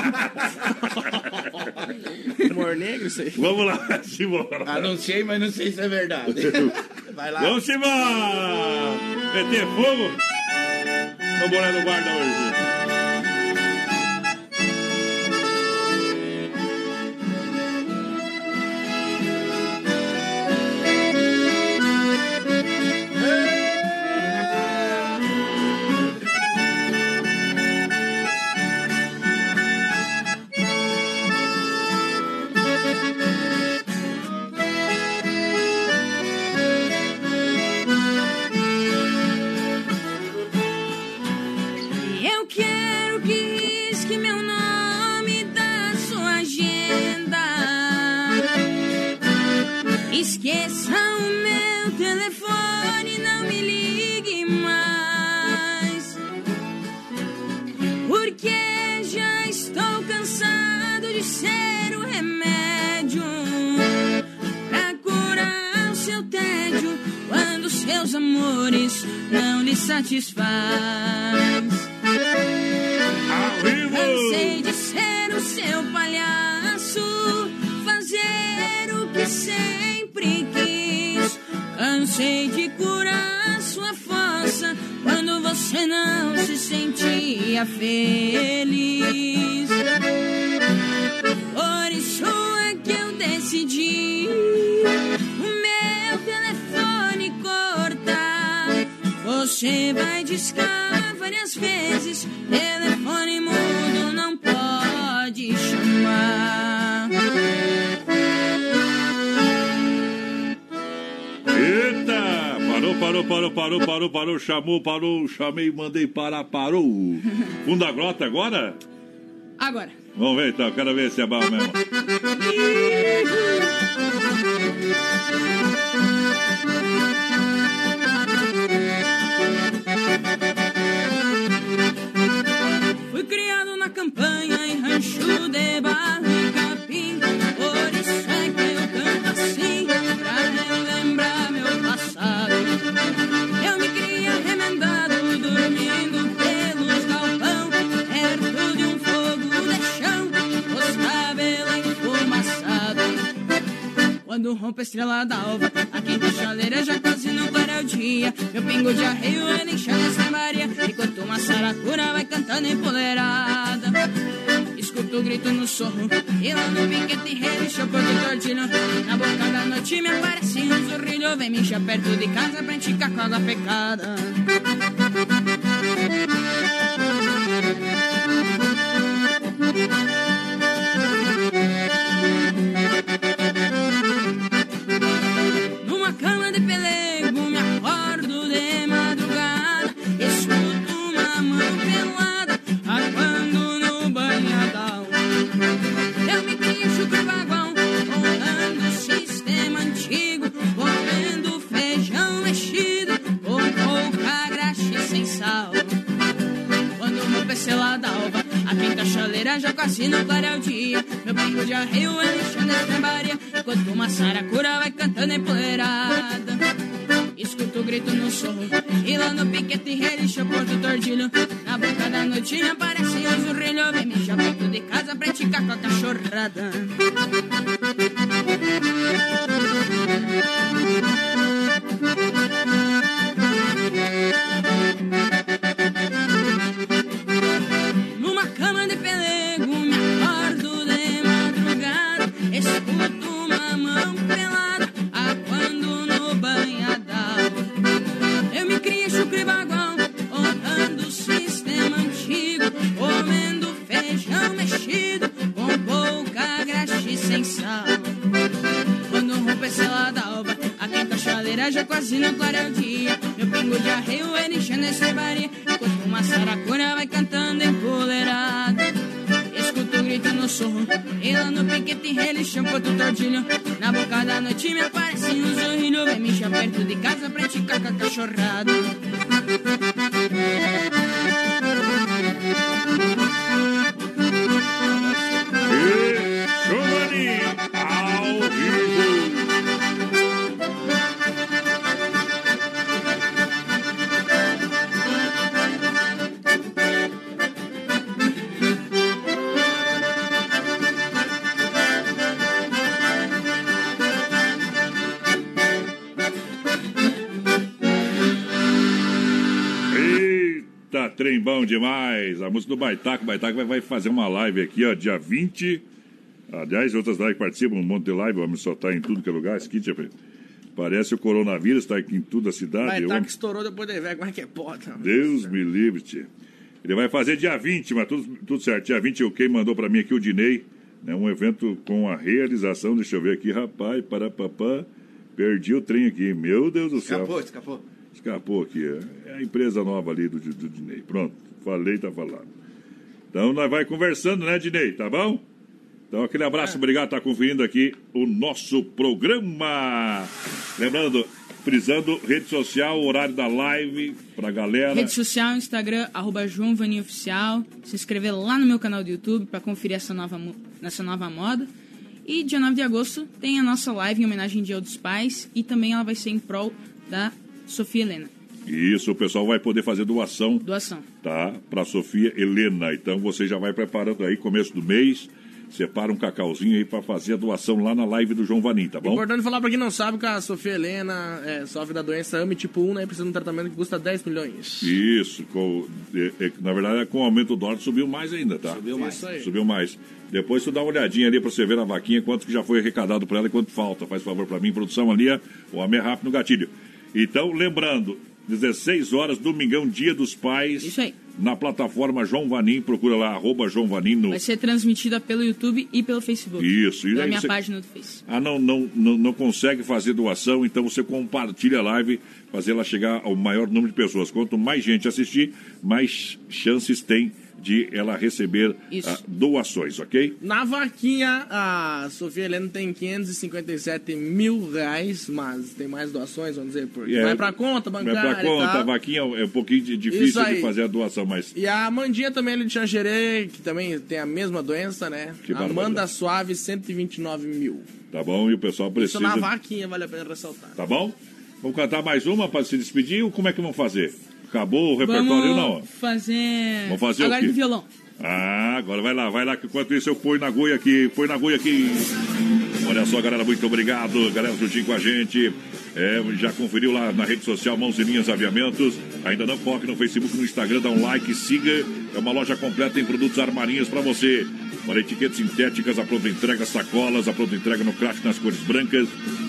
C: Humor negro, isso aí.
A: Vamos lá, Simora.
N: Anunciei, mas não sei se é verdade. Vai lá.
A: Vamos embora! Meter fogo? Vamos morar no guarda hoje.
G: Esqueça o meu telefone, não me ligue mais, porque já estou cansado de ser o remédio pra curar o seu tédio quando seus amores não lhe satisfaz. Cansei de ser o seu palhaço, fazer o que sempre quis. Cansei de curar sua força quando você não se sentia feliz. Por isso é que eu decidi o meu telefone cortar. Você vai discar várias vezes, telefone mudo não pode chamar.
A: Eita! Parou, chamou, parou, chamei, mandei parar, parou. Fundo da Grota agora?
G: Agora.
A: Vamos ver então, quero ver se é bom mesmo.
G: Fui criado na campanha em rancho de barro e capim, por isso é que eu canto assim, pra relembrar meu passado. Eu me cria remendado, dormindo pelos galpão, perto de um fogo de chão, os cabelos enfumaçados. Quando rompe a estrela d'alva, a quinta chaleira já quase não para o dia. Meu pingo de arreio, ele enxerga essa Maria, enquanto uma saracura vai cantando empoleirada. Escuto o grito no sorro, e lá no piquete relincha o porto tortilho. Na boca da noite me aparece um zurrilho, vem me encher perto de casa pra enticar com água pecada. Numa cama de pelego me acordo de madrugada, escuto uma mão pelada atuando no banhadão. Eu me queixo pro vagão, olhando o sistema antigo, comendo feijão mexido com pouca graxa e sem sal. Quando o meu PC lá da alva, a quinta chaleira já quase não clareia o dia. Meu pingo de arreio é lixando a trabalha, enquanto uma saracura vai cantando empoleirada. Escuto o grito no sorro, e lá no piquete relincha o porto tordilho. Na boca da noite me aparece um zurrilho, vem me encher perto de casa pra enticar com a cachorrada. Numa cama de pelego me acordo de madrugada, escuto uma mão pelada atuando no banhadão. Eu me crio chucre baguão, honrando o sistema antigo, comendo feijão mexido com pouca graxa e sem e não clareia o dia. Meu pingo de arreio é enchendo a estrebaria, enquanto uma saracura vai cantando empoleirada. Escuto o grito no sorro, e lá no piquete relixão quanto tordilho. Na boca da noite me aparece um zorrilho, vem me encher perto de casa pra esticar com a cachorrada.
A: Giovanni, ao vivo. Eita, trem bom demais. A música do Baitaco. O Baitaco vai fazer uma live aqui, ó, dia 20. Aliás, outras lives participam, um monte de live, vamos soltar em tudo que é lugar. Esse kit, parece o coronavírus, tá aqui em toda a cidade.
C: Baitaco estourou depois de velho, como é que é pota?
A: Deus me livre, tia. Ele vai fazer dia 20, mas tudo certo. Dia 20, quem mandou pra mim aqui, o Dinei, né, um evento com a realização, deixa eu ver aqui, rapaz, papá, perdi o trem aqui, meu Deus do céu. Escapou aqui, é a empresa nova ali do Dinei. Pronto, falei, tá falado. Então nós vai conversando, né, Dinei, tá bom? Então aquele abraço, obrigado por estar conferindo aqui o nosso programa. Lembrando, frisando, rede social, horário da live pra galera.
G: Rede social, Instagram, @JoãoVaninOficial. Se inscrever lá no meu canal do YouTube pra conferir essa nova moda. E dia 9 de agosto tem a nossa live em homenagem ao Dia dos Pais. E também ela vai ser em prol da Sofia Helena.
A: Isso, o pessoal vai poder fazer doação. Tá? Pra Sofia Helena. Então você já vai preparando aí, começo do mês. Separa um cacauzinho aí pra fazer a doação lá na live do João Vanim, tá bom?
C: Importante falar pra quem não sabe que a Sofia Helena sofre da doença AME tipo 1, né? Precisa de um tratamento que custa 10 milhões.
A: Isso, na verdade, com o aumento do dólar subiu mais ainda, tá? Subiu mais. Depois tu dá uma olhadinha ali pra você ver na vaquinha quanto que já foi arrecadado pra ela e quanto falta. Faz favor pra mim, produção ali, ou a meia rápido no gatilho. Então, lembrando, 16 horas, domingão, Dia dos Pais.
G: Isso aí.
A: Na plataforma João Vanim, procura lá, @João Vanim.
G: Vai ser transmitida pelo YouTube e pelo Facebook.
A: Isso.
G: Pela minha página do Face.
A: Não consegue fazer doação, então você compartilha a live, fazer ela chegar ao maior número de pessoas. Quanto mais gente assistir, mais chances tem de ela receber doações, ok?
C: Na vaquinha, a Sofia Helena tem 557 mil reais, mas tem mais doações, vamos dizer, porque vai pra conta bancária.
A: Vai pra conta, a vaquinha é um pouquinho difícil de fazer a doação, mas...
C: E a Amandinha também, ali de Xanxerê, que também tem a mesma doença, né? Amanda Suave, 129 mil.
A: Tá bom, e o pessoal precisa...
C: Isso na vaquinha, vale a pena ressaltar.
A: Tá bom? Vamos cantar mais uma para se despedir ou como é que vamos fazer? Acabou o repertório ou não?
G: Vamos fazer
A: agora
G: do violão.
A: Agora vai lá, que enquanto isso eu ponho na agulha aqui. Olha só, galera, muito obrigado. Galera, juntinho com a gente. Já conferiu lá na rede social Mãos e Linhas Aviamentos. Ainda não foque no Facebook, no Instagram, dá um like, siga. É uma loja completa em produtos armarinhos para você. Para etiquetas sintéticas, a pronta entrega, sacolas, a pronta entrega no craft nas cores brancas.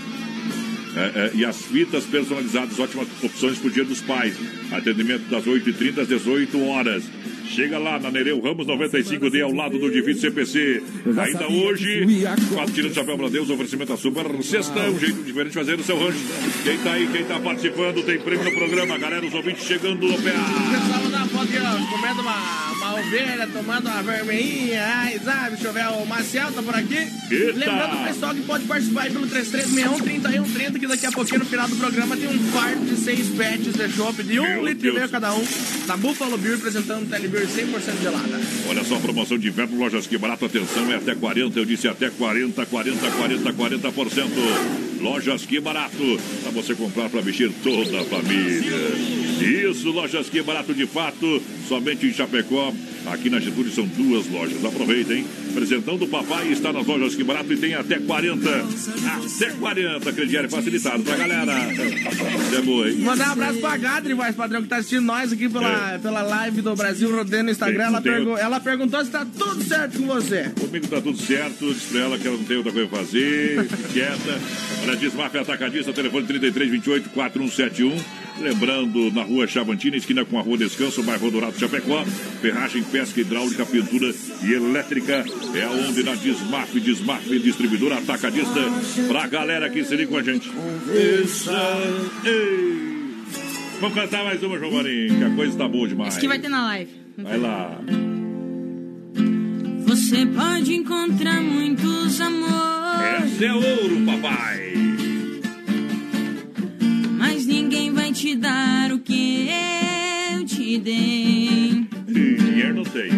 A: E as fitas personalizadas, ótimas opções para o Dia dos Pais. Atendimento das 8h30 às 18 horas. Chega lá na Nereu Ramos 95D, ao lado do Edifício CPC. Ainda hoje, 4 tirando chapéu para Deus, oferecimento a Super Sexta, um jeito diferente de fazer o seu rancho. Quem tá aí, quem tá participando, tem prêmio no programa. Galera, os ouvintes chegando no pé.
C: O pessoal mandar uma foto aqui, comendo uma ovelha, tomando uma vermelhinha, sabe? Deixa eu ver, o Marcial tá por aqui.
A: Eita.
C: Lembrando o pessoal que pode participar aí pelo 3361-3130, que daqui a pouquinho no final do programa tem um quarto de 6 pets de chopp de 1,5 litro cada um, da Buffalo Beer, apresentando o Telebeer 100% gelada.
A: Olha só a promoção de inverno, Lojas Que Barato, atenção, é até 40%, eu disse até 40%. Lojas Que Barato, para você comprar para vestir toda a família. Isso, Lojas Que Barato de fato, somente em Chapecó. Aqui na Getúlio são 2 lojas, aproveitem. Presentão do papai está nas Lojas Que Barato e tem até 40%. Até 40%, crediário facilitado pra galera. É boa, hein?
C: Mandar um abraço pra Gadri, voz padrão, que tá assistindo nós aqui pela live do Brasil Rodeio no Instagram. Ela perguntou se tá tudo certo com você.
A: Comigo tá tudo certo, disse pra ela que ela não tem outra coisa a fazer, fique quieta. Olha, Desmaf Atacadista, telefone 3328-4171. Lembrando, na rua Chavantina, esquina com a rua Descanso, bairro Dourado, Chapecó. Ferragem, pesca, hidráulica, pintura e elétrica. É onde na Desmaf distribuidora atacadista. Pra galera que se liga com a gente. Vamos cantar mais uma, João Marinho, que a coisa tá boa demais.
G: Esse que vai ter na live.
A: Vai lá.
G: Você pode encontrar muitos amores.
A: Esse é ouro, papai.
G: Mas ninguém vai te dar o que eu te dei.
A: Dinheiro não tem.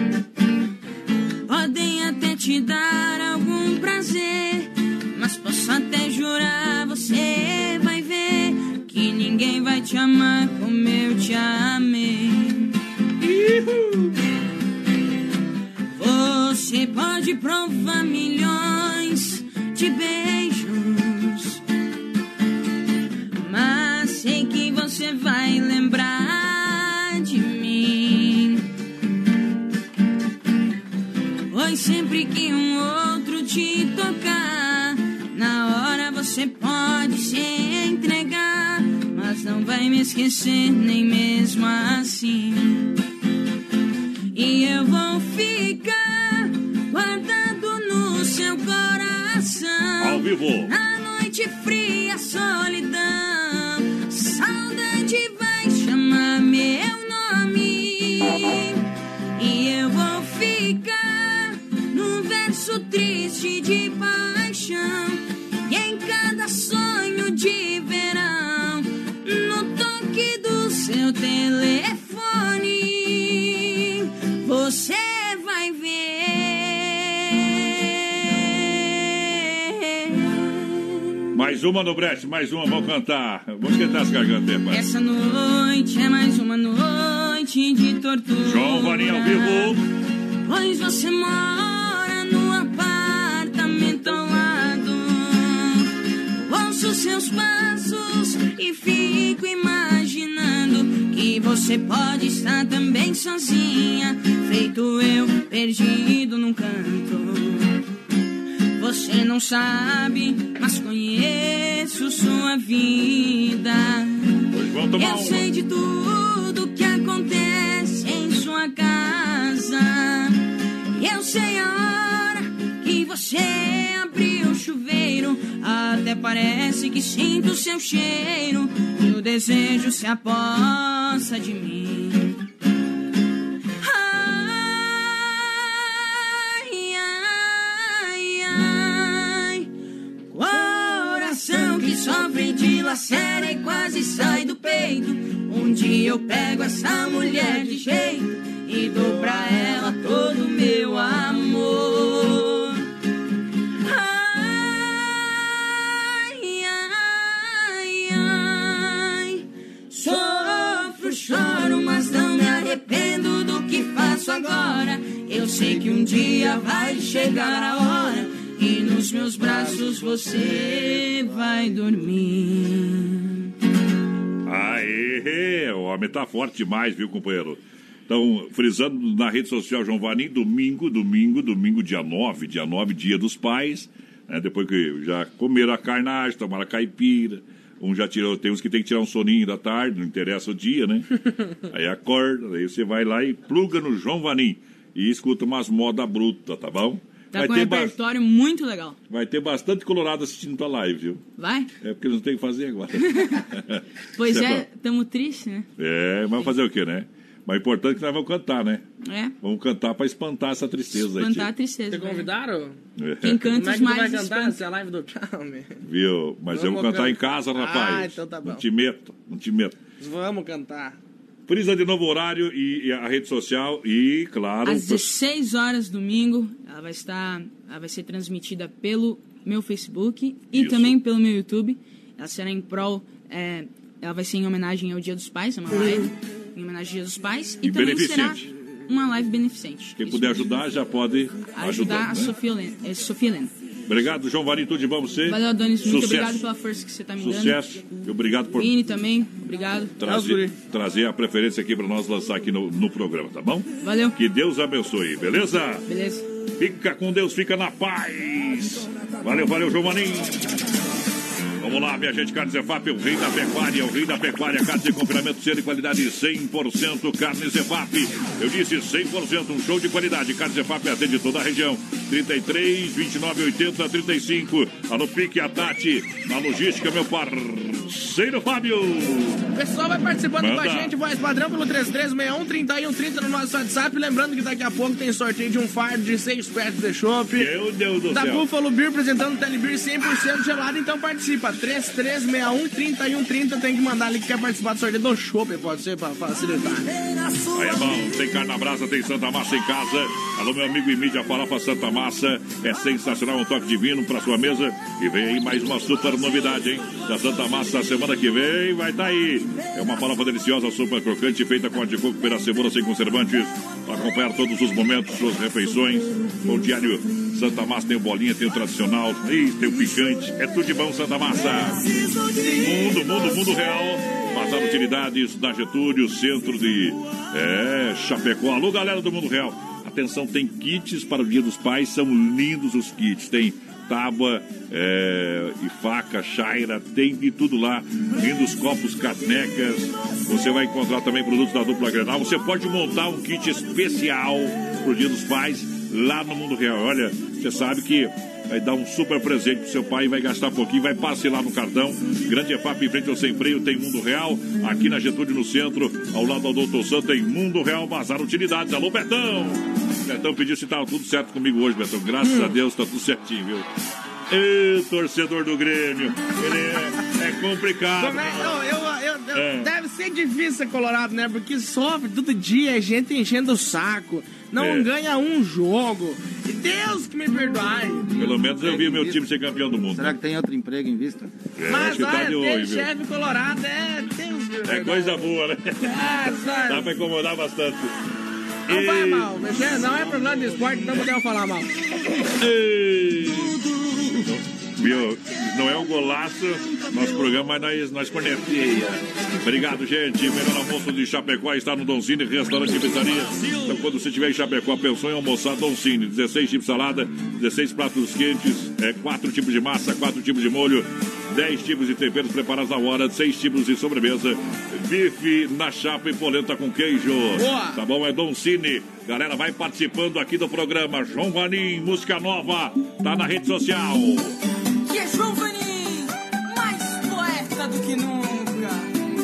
G: Podem até te dar algum prazer, mas posso até jurar, você vai ver que ninguém vai te amar como eu te amei. Você pode provar milhões de beijos, mas sei que você vai lembrar de mim. Pois sempre que um outro te tocar, na hora você pode se entregar, mas não vai me esquecer nem mesmo assim. E eu vou ficar guardado no seu coração.
A: Ao vivo.
G: Na noite fria, solidão, saudade vai chamar meu nome. E eu vou ficar num verso triste de paixão, e em cada sonho de verão, no toque do seu telefone, você vai ver.
A: Mais uma no Brest, mais uma, vamos cantar. Vamos cantar as gargantas, pai.
G: Essa noite é mais uma noite de tortura.
A: João Varinho ao vivo.
G: Pois você mora no apartamento ao lado. Ouço seus passos e fico imaginando que você pode estar também sozinha, feito eu, perdido num canto. Você não sabe, mas conheço sua vida. Eu sei de tudo que acontece em sua casa. Eu sei a hora que você abriu o chuveiro. Até parece que sinto seu cheiro, e o desejo se apossa de mim. Ai, ai, ai, coração que sofre, dilacera e quase sai do peito. Um dia eu pego essa mulher de jeito e dou pra ela todo o meu amor. Ai, ai, ai, sofro, choro, mas não me arrependo do que faço agora. Eu sei que um dia vai chegar a hora e nos meus braços você vai dormir.
A: Aê, o homem tá forte demais, viu, companheiro? Então, frisando na rede social João Varinho, domingo, dia 9, dia dos pais, né? Depois que já comeram a carnagem, tomaram a caipira, um já tirou, tem uns que tem que tirar um soninho da tarde, não interessa o dia, né? Aí acorda, aí você vai lá e pluga no João Varinho e escuta umas moda bruta, tá bom?
G: Tá vai com um repertório muito legal.
A: Vai ter bastante colorado assistindo tua live, viu?
G: Vai?
A: É porque eles não tem o que fazer agora.
G: Pois é, tamo triste, né?
A: É, mas fazer o quê, né? Mas o importante é que nós vamos cantar, né?
G: É.
A: Vamos cantar pra espantar essa tristeza aí.
G: Espantar a tristeza.
C: Te convidaram?
A: É.
G: Quem canta os mais
C: vai cantar essa live do Charme?
A: Viu? Mas vamos cantar em casa, rapaz.
C: Ah, então tá bom.
A: Não te meto.
C: Vamos cantar.
A: Frisa de novo o horário e a rede social e, claro...
G: Às 16 horas, domingo, ela vai ser transmitida pelo meu Facebook e também pelo meu YouTube. Ela será em prol... ela vai ser em homenagem ao Dia dos Pais, é uma live em homenagem ao Dia dos Pais. E também será uma live beneficente.
A: Quem puder ajudar, já pode ajudar,
G: a
A: né?
G: Sofia Helena.
A: Obrigado, João Varinho, tudo de bom você.
G: Valeu, Adonis, muito obrigado pela força que você está me dando.
A: Sucesso, e obrigado por...
G: Vini também, obrigado.
A: Trazer a preferência aqui para nós lançar aqui no programa, tá bom?
G: Valeu.
A: Que Deus abençoe, beleza?
G: Beleza.
A: Fica com Deus, fica na paz. Valeu, João Varinho. Vamos lá, minha gente, Carne Zefap, o rei da pecuária, carne de confinamento, ser de qualidade 100%, Carne Zefap. Eu disse 100%, um show de qualidade. Carne Zefap atende toda a região. 33, 29, 80, 35. Alô, Pique, a Tati, na logística, meu parceiro. parceiro Fábio.
C: O pessoal vai participando com a gente, voz padrão pelo 3361-3130 no nosso WhatsApp. Lembrando que daqui a pouco tem sorteio de um fardo de 6 packs de chopp.
A: Meu Deus do céu.
C: Da Buffalo Beer apresentando o Telebir 100% gelado, então participa. 3361-3130, tem que mandar ali que quer participar do sorteio do chopp, pode ser, pra facilitar.
A: Aí é bom, tem carne na brasa, tem Santa Massa em casa. Alô, meu amigo e mídia, farofa Santa Massa. É sensacional, um toque divino pra sua mesa. E vem aí mais uma super novidade, hein? Da Santa Massa, semana que vem vai estar aí. É uma farofa deliciosa, super crocante, feita com a de coco pela cebola sem conservantes, para acompanhar todos os momentos, suas refeições. Bom diário, Santa Massa tem o bolinha, tem o tradicional, tem o picante. É tudo de bom, Santa Massa. Mundo real. Bazar Utilidades da Getúlio, centro de Chapecó. Alô, galera do Mundo Real. Atenção, tem kits para o Dia dos Pais, são lindos os kits. Tem tábua e faca, chaira, tem de tudo lá. Lindos copos, canecas. Você vai encontrar também produtos da dupla Grenal. Você pode montar um kit especial para o Dia dos Pais lá no Mundo Real. Olha, você sabe que vai dar um super presente pro seu pai, vai gastar pouquinho, vai parcelar no cartão. Grande EFAP em frente ao Sem Freio, tem Mundo Real. Aqui na Getúlio, no centro, ao lado do Doutor Santo, tem Mundo Real, Bazar Utilidades. Alô, Betão! Betão pediu se tava tudo certo comigo hoje, Betão. Graças a Deus, tá tudo certinho, viu? Torcedor do Grêmio, ele é complicado.
C: Deve ser difícil ser colorado, né? Porque sofre todo dia, gente enchendo o saco. Não ganha um jogo. E Deus que me perdoe.
A: Pelo menos eu vi meu time ser campeão do mundo.
N: Será que tem outro emprego em vista?
C: Mas olha, ter chefe colorado
A: é coisa boa, né? Dá pra incomodar bastante.
C: Não vai mal, não é problema de esporte, então podemos falar mal.
A: Viu? Não é um golaço nosso programa, mas nós corneteia. Obrigado, gente. Melhor almoço de Chapecó está no Don Cine, restaurante e pizzaria. Então, quando você estiver em Chapecó, pensou em almoçar, Don Cine. 16 tipos de salada, 16 pratos quentes, 4 tipos de massa, 4 tipos de molho, 10 tipos de temperos preparados na hora, 6 tipos de sobremesa, bife na chapa e polenta com queijo.
C: Boa.
A: Tá bom? É Don Cine. Galera, vai participando aqui do programa. João Vanim, música nova, tá na rede social.
G: Que é João Vanim, mais poeta do que nunca.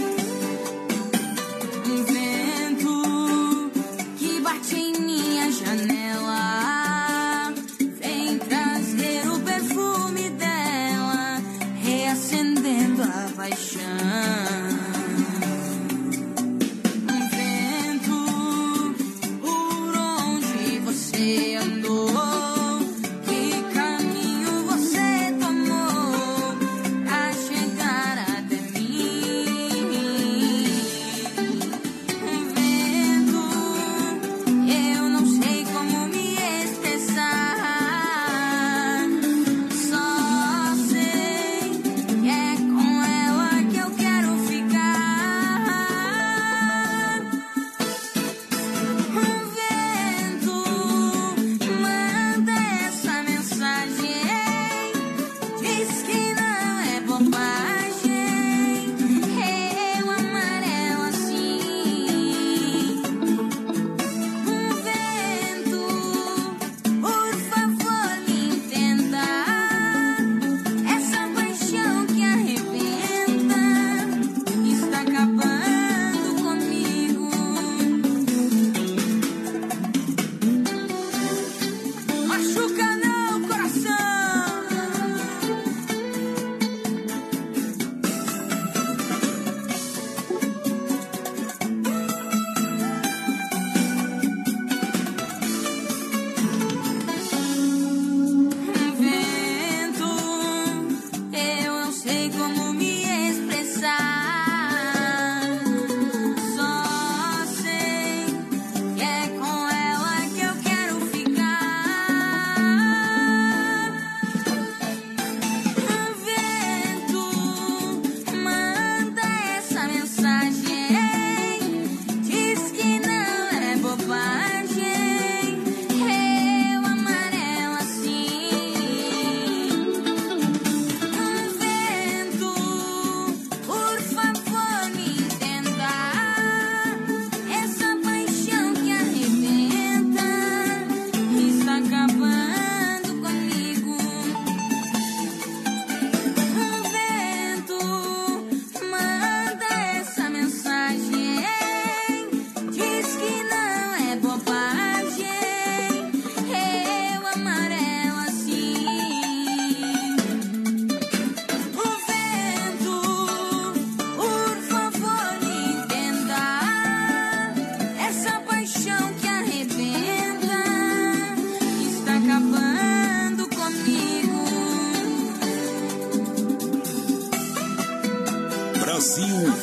G: Um vento que bate em minha janela vem trazer o perfume dela, reacendendo a paixão. Um vento por onde você andou.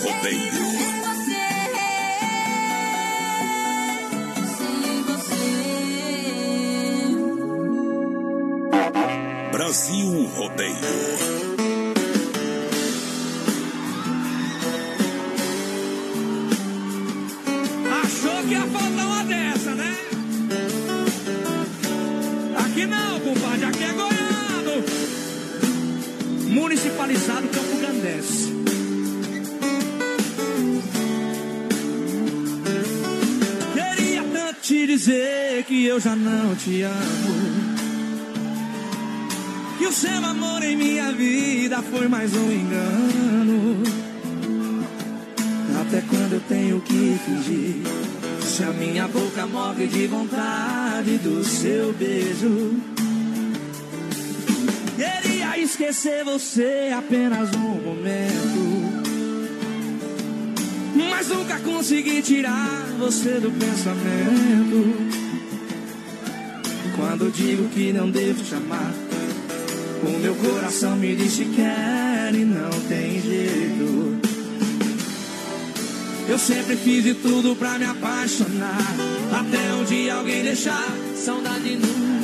B: Rodeio. Brasil Rodeio.
F: Que ia faltar uma dessa, né? Aqui não, compadre, aqui é Goiano. Municipalizado Campo Grandense. Queria tanto te dizer que eu já não te amo, que o seu amor em minha vida foi mais um engano. Até quando eu tenho que fingir, se a minha boca morre de vontade do seu beijo. Queria esquecer você apenas um momento, mas nunca consegui tirar você do pensamento. Quando digo que não devo te amar, o meu coração me diz que quer e não tem jeito. Eu sempre fiz de tudo pra me apaixonar, até um dia alguém deixar saudade no...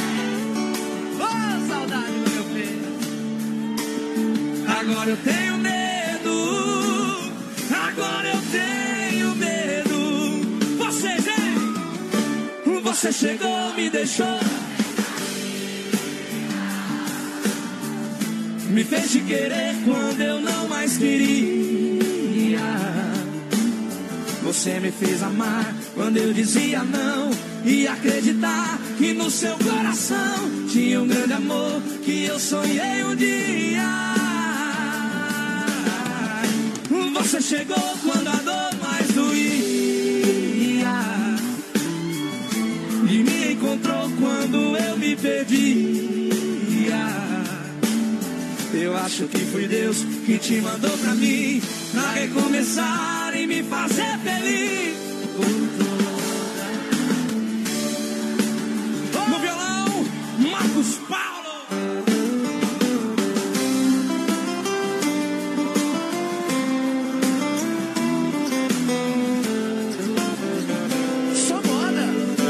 F: Oh, saudade no meu peito. Agora eu tenho medo, agora eu tenho medo. Você chegou, me deixou, me fez te querer quando eu não mais queria. Você me fez amar quando eu dizia não, e acreditar que no seu coração tinha um grande amor que eu sonhei um dia. Você chegou quando a dor mais doía, e me encontrou quando eu me perdia. Eu acho que foi Deus que te mandou pra mim, pra recomeçar e me fazer feliz. No violão, Marcos Paulo. Sou moda.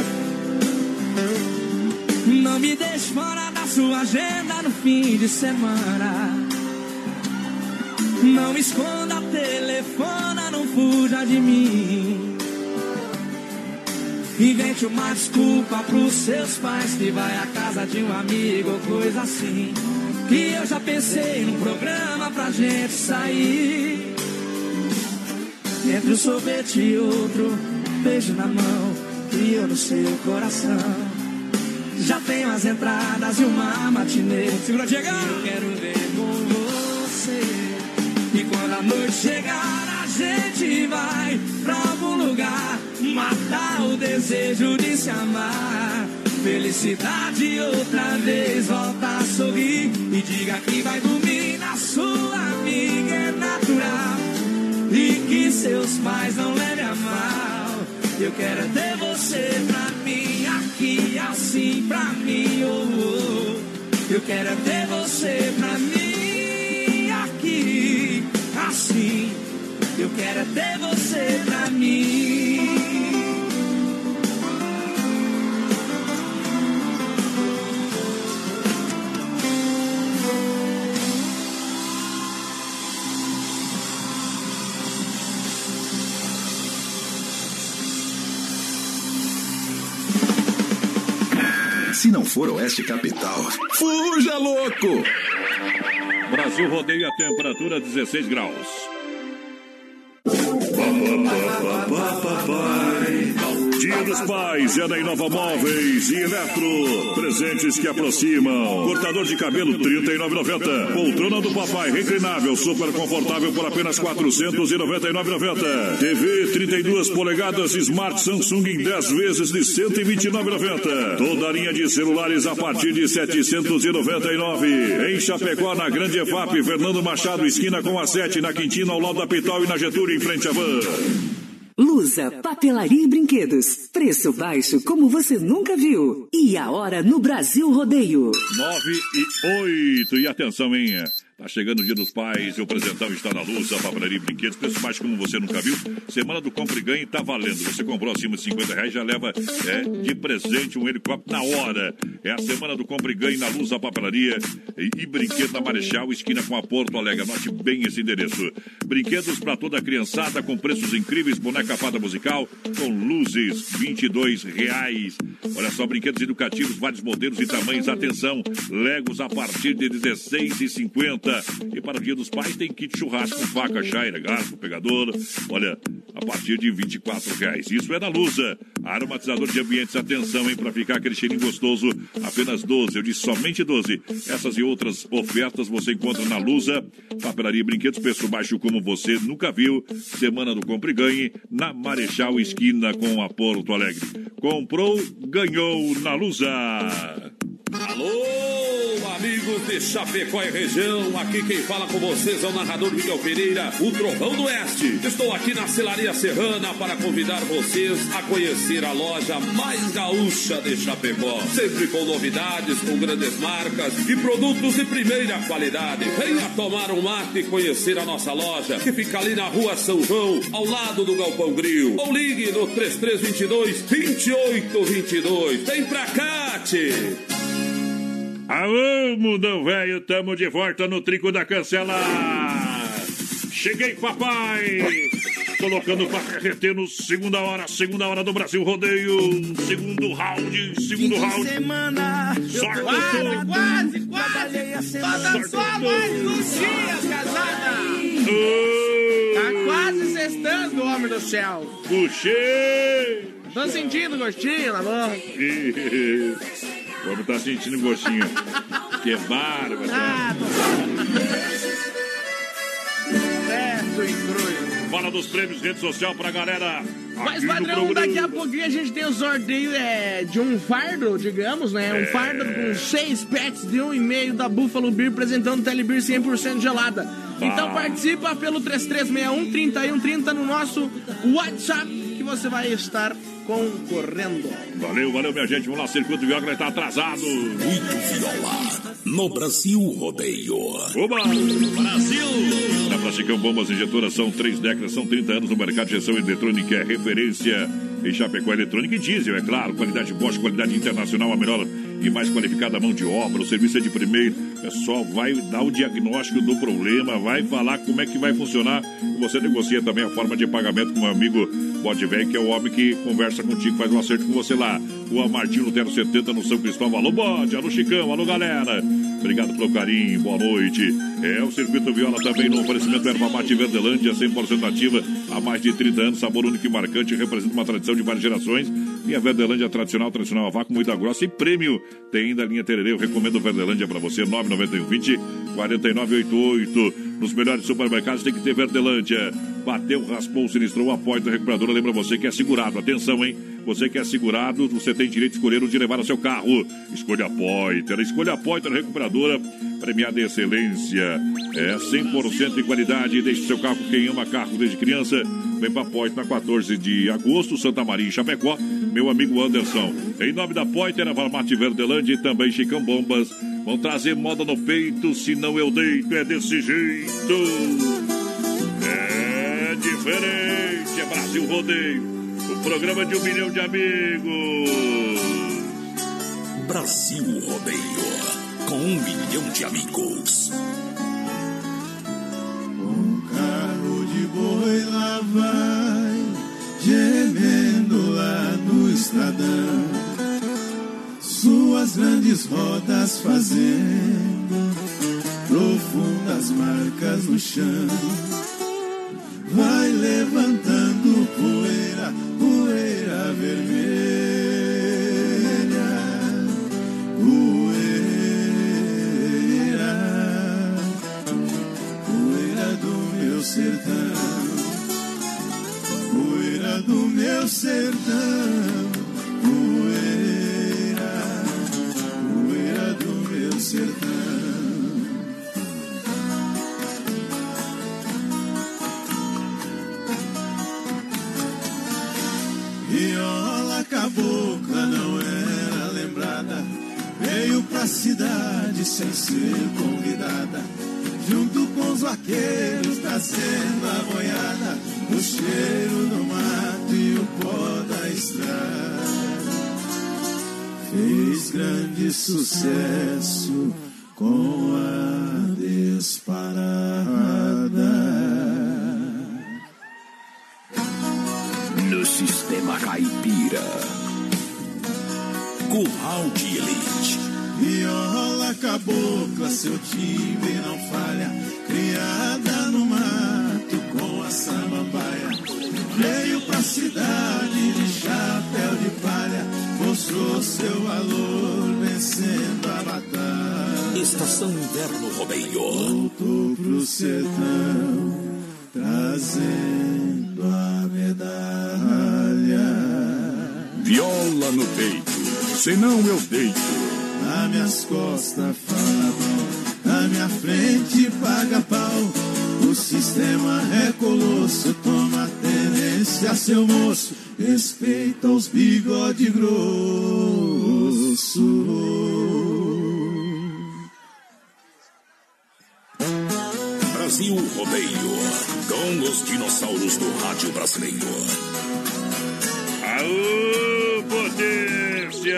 F: Não me deixe fora da sua agenda no fim de semana. Não esconda, telefona, não fuja de mim. Invente uma desculpa pros seus pais, que vai à casa de um amigo ou coisa assim. Que eu já pensei num programa pra gente sair. Entre um sorvete e outro, beijo na mão e eu no seu coração. Já tenho as entradas e uma matinê. Segura, chega! Eu quero ver com você. E quando a noite chegar, a gente vai pra algum lugar, matar o desejo de se amar. Felicidade outra vez, volta a sorrir e diga que vai dormir na sua amiga, é natural. E que seus pais não levem a mal. Eu quero é ter você pra mim, aqui assim pra mim, oh, oh. Eu quero é ter você pra mim, aqui assim. Eu quero é ter você pra mim.
B: Se não for Oeste Capital, fuja, louco!
A: Brasil Rodeio, a temperatura 16 graus. Dia dos Pais é da Inova Móveis e Eletro. Presentes que aproximam. Cortador de cabelo R$ 39,90. Poltrona do papai reclinável super confortável por apenas R$ 499,90. TV 32 polegadas Smart Samsung em 10 vezes de R$ 129,90. Toda a linha de celulares a partir de R$ 799. Em Chapecó, na Grande EFAP, Fernando Machado, esquina com a 7, na Quintina, ao lado da Pital e na Getúlio, em frente à Van.
I: Lusa, papelaria e brinquedos. Preço baixo como você nunca viu. E a hora no Brasil Rodeio.
A: 9 e 8. E atenção, hein? Tá chegando o Dia dos Pais, o presentão está na Luz, a papelaria e brinquedos, preço baixo como você nunca viu. Semana do Compre e Ganhe tá valendo. Você comprou acima de R$50, já leva de presente um helicóptero na hora. É a semana do Compre e Ganhe na Luz, a papelaria e brinquedo na Marechal, esquina com a Porto Alegre. Anote bem esse endereço. Brinquedos para toda a criançada com preços incríveis, boneca fada musical com luzes, R$22. Olha só, brinquedos educativos, vários modelos e tamanhos. Atenção, Legos a partir de R$16,50. E para o Dia dos Pais tem kit churrasco com faca, chaira, garfo, pegador. Olha, a partir de R$24. Isso é da Lusa. Aromatizador de ambientes, atenção, hein, para ficar aquele cheirinho gostoso. Apenas 12, eu disse somente 12. Essas e outras ofertas você encontra na Lusa. Papelaria e brinquedos, preço baixo como você nunca viu. Semana do Compre e Ganhe na Marechal, esquina com a Porto Alegre. Comprou, ganhou na Lusa.
O: Alô, amigos de Chapecó e região, aqui quem fala com vocês é o narrador Miguel Pereira, o Trovão do Oeste. Estou aqui na Celaria Serrana para convidar vocês a conhecer a loja mais gaúcha de Chapecó. Sempre com novidades, com grandes marcas e produtos de primeira qualidade. Venha tomar um mate e conhecer a nossa loja, que fica ali na Rua São João, ao lado do Galpão Grill. Ou ligue no 3322-2822. Vem pra cá, tchê!
A: Alô, mundão velho, tamo de volta no Trinco da Cancela. Cheguei, papai. Colocando pra derreter no segunda hora do Brasil Rodeio. Segundo round.
C: Semana,
A: sorte
C: quase. Falta só mais uns dias, casada. Tá quase sextando, homem do céu.
A: Puxei.
C: Tô sentindo gostinho na boca.
A: O homem tá sentindo gostinho. Que bárbaro.
C: Certo, incrível.
A: Fala dos prêmios, rede social pra galera.
C: Mas, padrão, daqui a pouquinho a gente tem o sorteio de um fardo, digamos, né? Um fardo com 6 pets de 1,5 da Buffalo Beer, apresentando Telebeer 100% gelada. Então participa pelo 3361-3130 no nosso WhatsApp, que você vai estar concorrendo.
A: Valeu, minha gente. Vamos lá, Circuito Viola, ele tá atrasado.
B: Circuito Viola, no Brasil Rodeio.
A: Oba! Brasil! Na Plasticão Bombas Injetoras são 3 décadas, são 30 anos no mercado de injeção eletrônica, é referência em Chapecó, eletrônica e diesel, é claro. Qualidade Bosch, qualidade internacional, a melhor e mais qualificada mão de obra. O serviço é de primeiro. O pessoal vai dar o diagnóstico do problema, vai falar como é que vai funcionar. E você negocia também a forma de pagamento com o meu amigo Bode Velho, que é o homem que conversa contigo, faz um acerto com você lá. Rua Martinho Lutero 70, no São Cristóvão. Alô, Bode, alô, Chicão, alô, galera. Obrigado pelo carinho, boa noite. É o Circuito Viola também no oferecimento Erva Mate Verdelândia, 100% ativa, há mais de 30 anos, sabor único e marcante, representa uma tradição de várias gerações. E a Verdelândia tradicional a vácuo, moída grossa e prêmio. Tem ainda a linha Tererê, eu recomendo Verdelândia pra você, 991-20-4988. Nos melhores supermercados tem que ter Verdelândia. Bateu, raspou, sinistrou, a Poitra Recuperadora lembra você que é segurado. Atenção, hein? Você que é segurado, você tem direito de escolher onde levar o seu carro. Escolha a Poitra. Escolha a Poitra Recuperadora, premiada em excelência. É 100% de qualidade. Deixe seu carro, quem ama carro desde criança. Vem pra Poitra na 14 de agosto, Santa Maria, Chapecó. Meu amigo Anderson. Em nome da Poitra, Mate Verdelândia e também Chicão Bombas. Vão trazer moda no peito, senão eu deito. É desse jeito. É diferente. É Brasil Rodeio. O programa de 1 milhão de amigos.
B: Brasil Rodeio. Com 1 milhão de amigos.
D: Um carro de boi lá vai, gemendo lá no estradão, suas grandes rodas fazendo profundas marcas no chão. Vai levantando poeira, poeira vermelha, poeira, poeira do meu sertão, poeira do meu sertão, poeira, poeira do meu sertão. Viola cabocla não era lembrada, veio pra cidade sem ser convidada. junto com os vaqueiros, trazendo a boiada, o cheiro do mato e o pó da estrada. Fez grande sucesso com a disparada.
B: No sistema caipira, Curral de Elite.
D: Viola cabocla, seu timbre não falha, criada no mato com a samambaia. Veio pra cidade de chapéu de palha, mostrou seu valor vencendo a batalha.
B: Estação Inverno Rodeio.
D: Voltou pro sertão, trazendo a medalha.
B: Viola no peito, senão eu deito.
D: Nas minhas costas fala mal, na minha frente paga pau. O sistema é colosso, toma tenência, seu moço. Respeita os bigode grosso.
B: Brasil Rodeio, com os dinossauros do rádio brasileiro.
A: Aô, potência!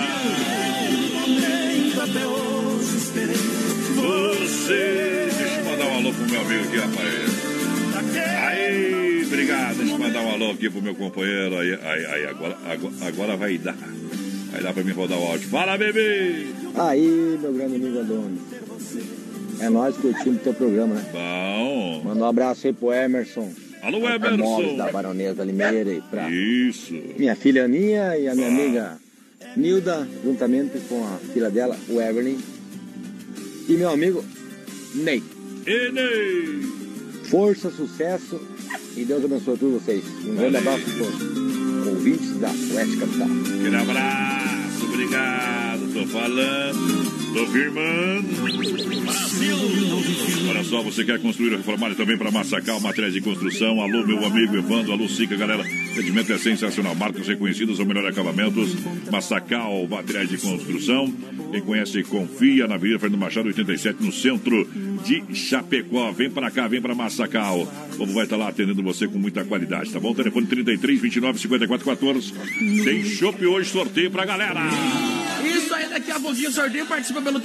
A: Você, deixa eu mandar um alô pro meu amigo aqui, rapaz. Aí, obrigado, deixa eu mandar um alô aqui pro meu companheiro. Aí, agora vai dar. Vai dar pra mim rodar o áudio. Fala, bebê!
P: Aí, meu grande amigo Adonis. É nós curtindo o teu programa, né?
A: Bom.
P: Manda um abraço aí pro Emerson.
A: Alô, Emerson.
P: Da Baronesa Limeira e pra
A: isso.
P: Minha filha Aninha e a minha amiga Nilda, juntamente com a filha dela, o Evelyn. E meu amigo Ney.
A: E Ney.
P: Força, sucesso e Deus abençoe todos vocês. Um grande abraço para os ouvintes da Oeste Capital.
A: Aquele abraço, obrigado. Tô falando, tô firmando. Brasil! Olha só, você quer construir ou reformar e também para Massacal, materiais de construção. Alô, meu amigo Evandro, alô, Sica, galera. O atendimento é sensacional. Marcos reconhecidos, ou melhor acabamentos. Massacal, materiais de construção. Quem conhece, confia na Avenida Fernando Machado, 87, no centro de Chapecó. Vem para cá, vem para Massacal. O povo vai estar lá atendendo você com muita qualidade, tá bom? Telefone 33 29 54 14. Tem chopp hoje, sorteio pra galera.
C: Isso aí, daqui a pouquinho sorteio, participa pelo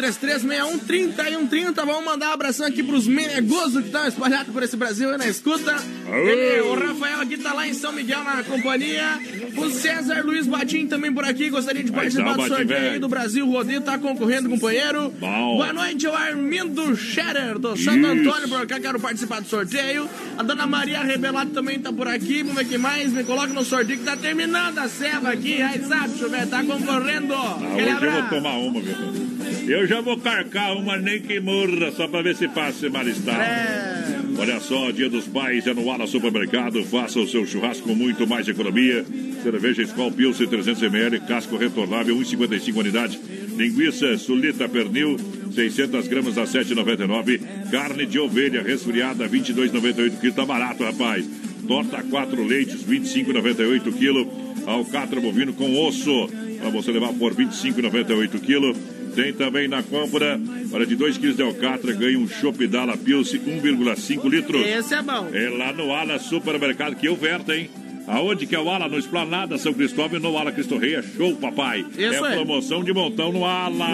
C: 3361-3130. Vamos mandar um abração aqui pros menegosos que estão espalhados por esse Brasil aí na escuta. O Rafael aqui tá lá em São Miguel na companhia. O César Luiz Batim também por aqui, gostaria de participar do sorteio aí do Brasil Rodeio, tá concorrendo, companheiro.
A: Bom.
C: Boa noite, o Armindo Scherer do Santo Antônio por cá, quero participar do sorteio. A dona Maria Rebelato também tá por aqui, vamos ver quem mais, me coloca no sorteio que tá terminando a ceva aqui, aí sabe, chover, tá concorrendo.
A: Hoje eu vou tomar uma, viu? Eu já vou carcar uma, nem que morra, só pra ver se passa esse mal-estar. Olha só, Dia dos Pais é no Ala Supermercado. Faça o seu churrasco com muito mais economia. Cerveja Skol Pilsen 300ml, casco retornável, 1,55 unidade. Linguiça Sulita Pernil, 600 gramas a 7,99. Carne de ovelha resfriada, 22,98 kg. Tá barato, rapaz. Torta 4 leites, 25,98 kg. Alcatra bovino com osso, para você levar por 25,98 kg. Tem também na compra, olha, de 2 kg de alcatra, ganha um chopp Dala Pilsen 1,5 litros.
C: Esse é bom.
A: É lá no Ala Supermercado que oferta, hein? Aonde que é o Ala? No Esplanada, São Cristóvão, no Ala Cristo Rei. É show, papai.
C: Isso
A: é promoção de montão no Ala.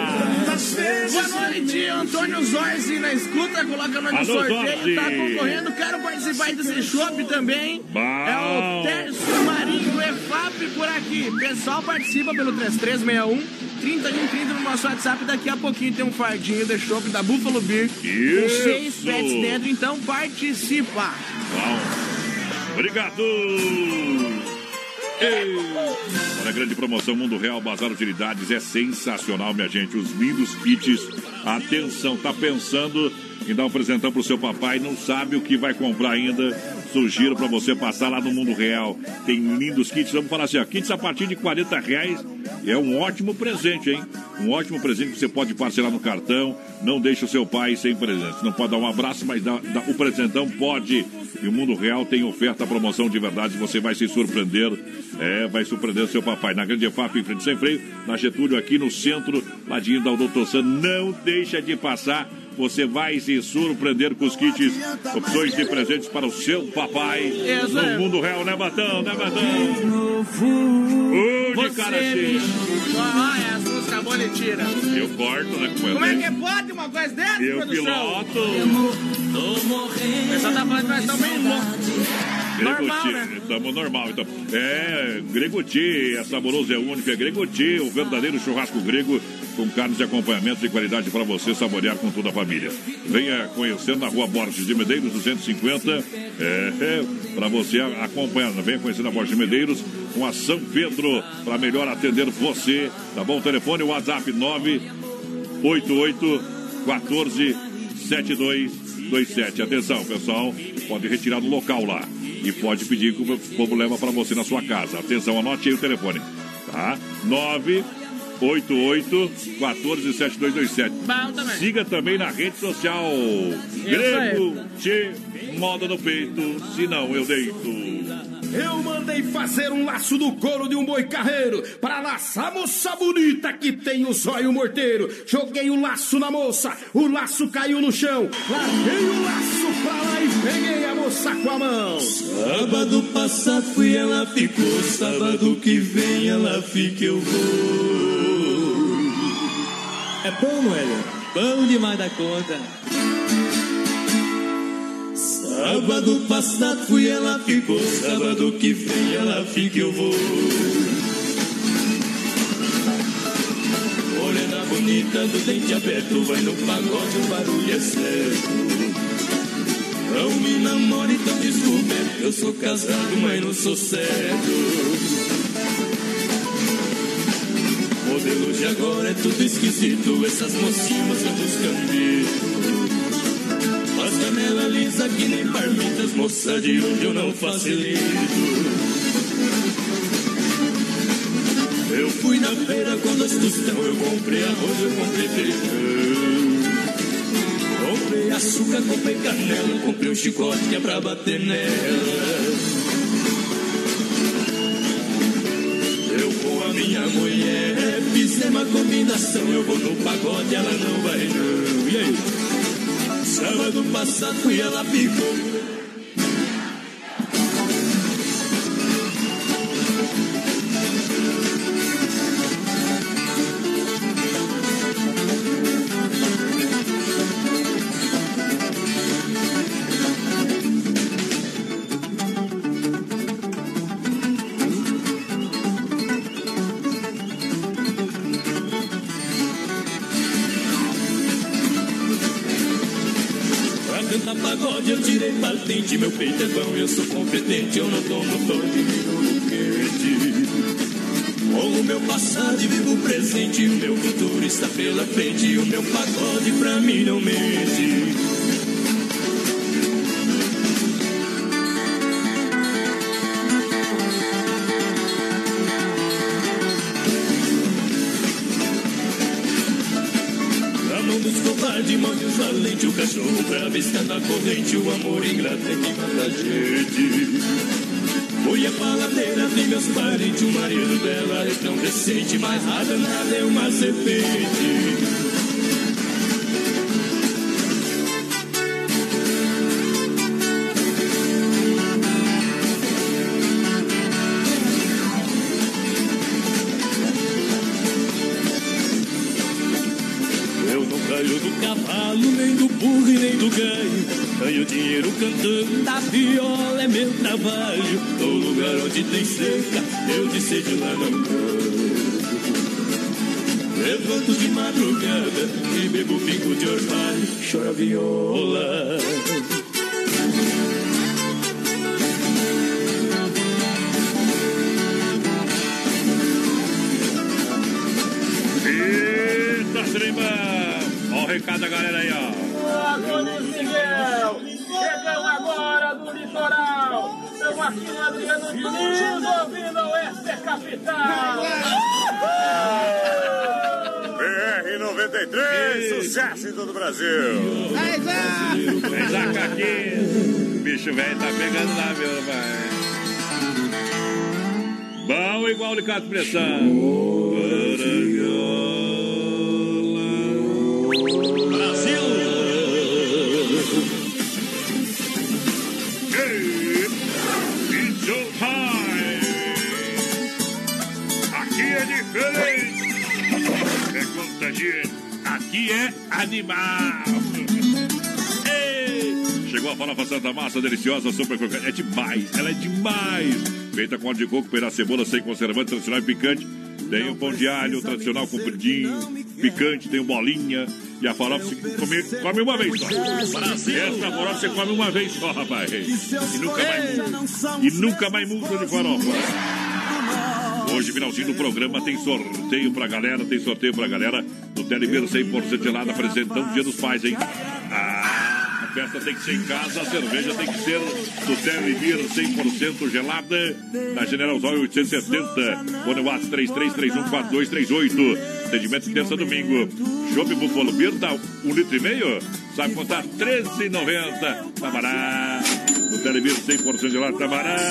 C: Boa noite, Antônio Zorzi na escuta, coloca no sorteio, Zorzi. Tá concorrendo, quero participar desse shopping também.
A: Bom.
C: É o Tércio Marinho EFAP por aqui. Pessoal, participa pelo 3361-3130 no nosso WhatsApp. Daqui a pouquinho tem um fardinho de shopping da Buffalo Beer. Com 6 pets dentro, então participa.
A: Bom. Obrigado! Olha, a grande promoção Mundo Real Bazar Utilidades é sensacional, minha gente. Os lindos kits. Atenção, tá pensando em dar um presentão pro seu papai, não sabe o que vai comprar ainda? Sugiro para você passar lá no Mundo Real. Tem lindos kits, vamos falar assim, ó, kits a partir de R$40 é um ótimo presente, hein? Um ótimo presente que você pode parcelar no cartão. Não deixe o seu pai sem presente. Não pode dar um abraço, mas o presentão pode. E o Mundo Real tem oferta, promoção de verdade. Você vai se surpreender. Vai surpreender o seu papai. Na Grande EFAP, em frente sem freio. Na Getúlio, aqui no centro, ladinho da Doutor San. Não deixa de passar. Você vai se surpreender com os kits, opções de presentes para o seu papai. No mundo real, né, Batão? Né, Batão? De cara cheia.
C: Olha, as músicas bonitinhas.
A: Eu corto, né?
C: Como é que pode uma coisa dessa,
A: eu
C: produção?
A: Piloto.
C: O pessoal tá falando que nós estamos meio loucos. Normal, né?
A: Estamos normal, então. Greguti, é saboroso, é único, é Greguti, o verdadeiro churrasco grego, com carnes e acompanhamento de qualidade para você saborear com toda a família. Venha conhecer na Rua Borges de Medeiros, 250, para você acompanhar. Venha conhecer na Borges de Medeiros, com a São Pedro, para melhor atender você. Tá bom? Telefone, WhatsApp 988 14 7227. Atenção, pessoal, pode retirar do local lá. E pode pedir que o povo leva para você na sua casa. Atenção, anote aí o telefone. Tá? 988 14 7227. Siga também na rede social. Grego Tchê, moda no peito, senão eu deito.
Q: Eu mandei fazer um laço do couro de um boi carreiro para laçar a moça bonita que tem o zóio morteiro. Joguei o laço na moça, o laço caiu no chão. Larguei o laço pra lá e peguei a moça com a mão.
F: Sábado passado fui, ela ficou. Sábado que vem ela fica, eu vou.
R: É bom, Moelho? Bom demais da conta.
F: Sábado passado fui, ela ficou. Sábado que vem ela fica, eu vou. Morena bonita do dente aberto, vai no pagode, o barulho é certo. Não me namore tão descoberto, eu sou casado, mas não sou certo. Modelo de agora é tudo esquisito, essas mocinhas são dos cambitos. As canela lisa que nem parmitas, moça de onde eu não facilito. Eu fui na feira com 2 tostão, eu comprei arroz, eu comprei feijão. Comprei açúcar, comprei canela, comprei um chicote que é pra bater nela. Eu com a minha mulher fizemos uma combinação, eu vou no pagode, ela não vai não. E aí? Sábado passado fui, ela ficou. Eu tirei patente, meu peito é bom, eu sou competente, eu não tomo dor de vinho quente. Com o meu passado e vivo o presente, o meu futuro está pela frente, o meu pagode pra mim não mente. De mão de valente, o cachorro pra vista na corrente, o amor ingrato é que mata a gente. Fui a paladeira de meus parentes, o marido dela é tão decente, mas a danada é uma serpente. Do cavalo, nem do burro e nem do ganho. Ganho dinheiro cantando, da viola é meu trabalho. No lugar onde tem seca, eu de sede lá não canto. Levanto de madrugada e bebo pingo de orvalho. Chora viola.
A: Eita, Srimba! Olha o recado da galera aí, ó.
S: Antônio Miguel, chegando agora do litoral. Estamos aqui no Adriano Diniz, ouvindo o Oeste Capital.
E: BR-93, sucesso em todo o Brasil.
A: Isaac aqui. O bicho velho tá pegando lá, meu pai. Bom igual de Cato Pressão. Brasil! que é animal. Chegou a farofa Santa Massa, deliciosa, super crocante. É demais, ela é demais. Feita com óleo de coco, pedaço de cebola, sem conservante, tradicional e picante. Tem o pão de alho tradicional compridinho, picante, tem o bolinha. E a farofa você come uma vez só. Essa farofa você come uma vez só, rapaz. E nunca mais muda de farofa. Hoje, finalzinho do programa, tem sorteio pra galera. Tem sorteio pra galera do Telebir 100% gelado, apresentando o Dia dos Pais, hein? A festa tem que ser em casa, a cerveja tem que ser do Telebir 100% gelada, na General Zóio 870, Fone WhatsApp 33314238. Atendimento de terça a domingo. Chopp Buffalo Beer dá 1,5 litro, sabe contar R$13,90. Tá barato. O Telebir 100% gelado, tá barato.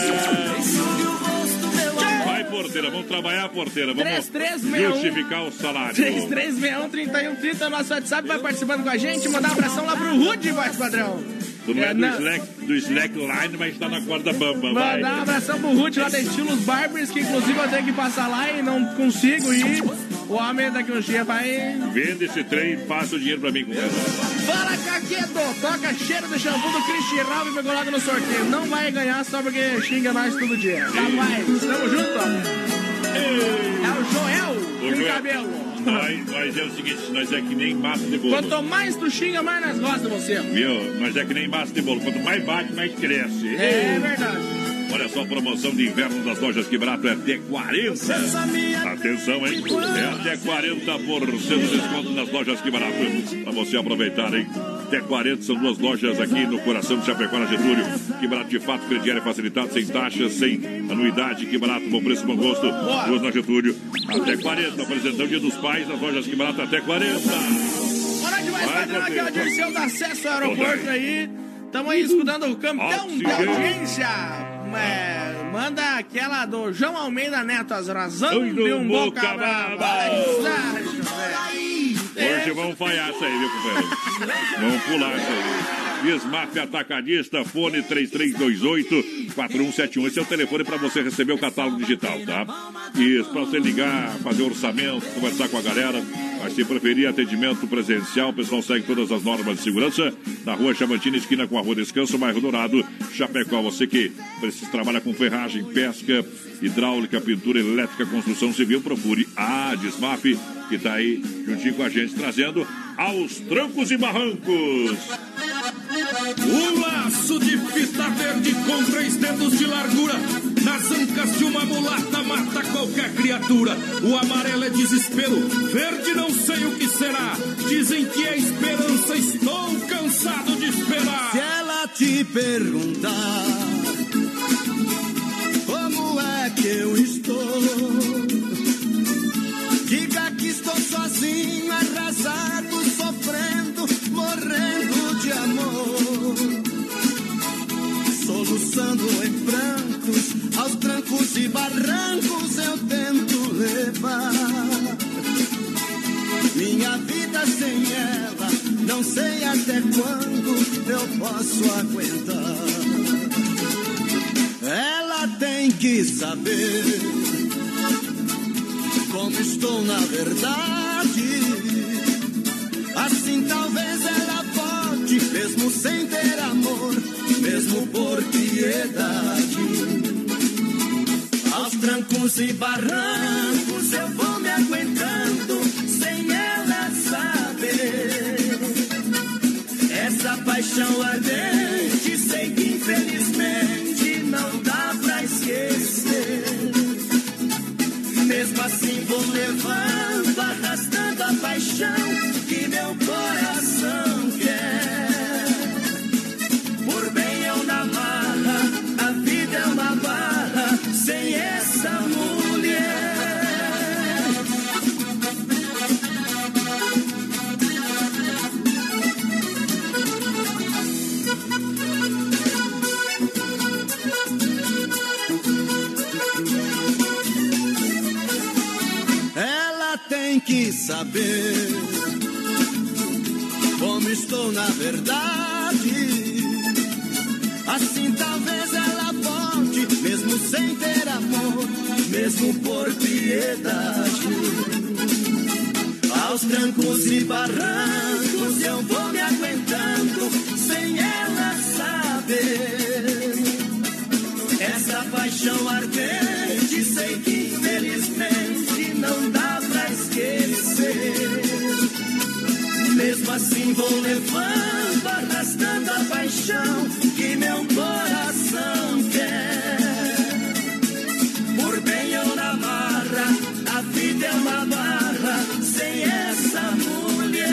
A: Vai, porteira, vamos trabalhar, porteira. Vamos justificar o salário.
C: 3361-3130, nosso WhatsApp, vai participando com a gente. Mandar um abração lá pro Rude, voz padrão.
A: Tu não é do Slackline, mas tá na corda bamba.
C: Mandar um abração pro Rude lá da Estilos Barbers, que inclusive eu tenho que passar lá e não consigo ir. O homem daqui uns dias vai...
A: Vende esse trem e passa o dinheiro pra mim, compadre.
C: Fala, Caquedo! Toca cheiro do shampoo do Cristian Ralph e pegou logo no sorteio. Não vai ganhar só porque xinga nós todo dia. Rapaz, tamo junto, ó. É o Joel de cabelo.
A: Nós é o seguinte, nós é que nem massa de bolo.
C: Quanto mais tu xinga, mais nós gostamos de você.
A: Viu? Nós é que nem massa de bolo. Quanto mais bate, mais cresce.
C: É verdade.
A: Olha só, a promoção de inverno das lojas Que Barato é até 40%. Atenção, hein? É até 40% de desconto nas lojas Que Barato. Pra você aproveitar, hein? Até 40%, são duas lojas aqui no coração de Chapecó, na Getúlio. Que Barato, de fato, crediário facilitado, sem taxas, sem anuidade. Que Barato, bom preço, bom gosto. Duas na Getúlio. Até 40%. Apresentando o Dia dos Pais nas lojas Que Barato, até 40%.
C: Hora demais, padrão, aqui é o Dirceu da Acesso ao Aeroporto aí. Estamos aí escutando o campeão da audiência. Manda aquela do João Almeida Neto, as razões de um boca brava.
A: Hoje vamos falhar isso aí, viu, companheiro? Vamos pular isso aí. Smart Atacadista, fone 3328-4171. Esse é o telefone para você receber o catálogo digital, tá? Isso, para você ligar, fazer orçamento, conversar com a galera. Mas se preferir atendimento presencial, o pessoal segue todas as normas de segurança. Na rua Chavantina, esquina com a rua Descanso, bairro Dourado, Chapecó. Você que precisa trabalhar com ferragem, pesca, hidráulica, pintura elétrica, construção civil, procure a Desmaf, que está aí juntinho com a gente, trazendo aos trancos e barrancos.
Q: Um laço de fita verde com 3 dedos de largura, nas ancas de uma mulata mata qualquer criatura. O amarelo é desespero, verde não sei o que será. Dizem que é esperança, estou cansado de esperar.
F: Se ela te perguntar como é que eu estou, diga que estou sozinho, arrasado, sofrendo, morrendo de amor. Soluçando em francos, aos trancos e barrancos eu tento levar. Minha vida sem ela, não sei até quando eu posso aguentar. Ela tem que saber como estou na verdade. Assim talvez ela pode, mesmo sem ter amor, mesmo por piedade. Aos trancos e barrancos eu vou me aguentando, sem ela saber. Essa paixão ardente, sei que infelizmente não dá pra esquecer. Mesmo assim vou levando, arrastando a paixão que meu coração quer. Por bem ou na marra, a vida é uma barra sem essa mulher. Ela tem que saber como estou na verdade. Assim talvez ela pode, mesmo sem ter amor, mesmo por piedade. Aos trancos e barrancos eu vou me aguentando sem ela saber. Essa paixão ardente sei que infelizmente não dá pra esquecer. Mesmo assim vou levando, arrastando a paixão que meu coração quer. Por bem ou na marra, a vida é uma barra sem essa mulher.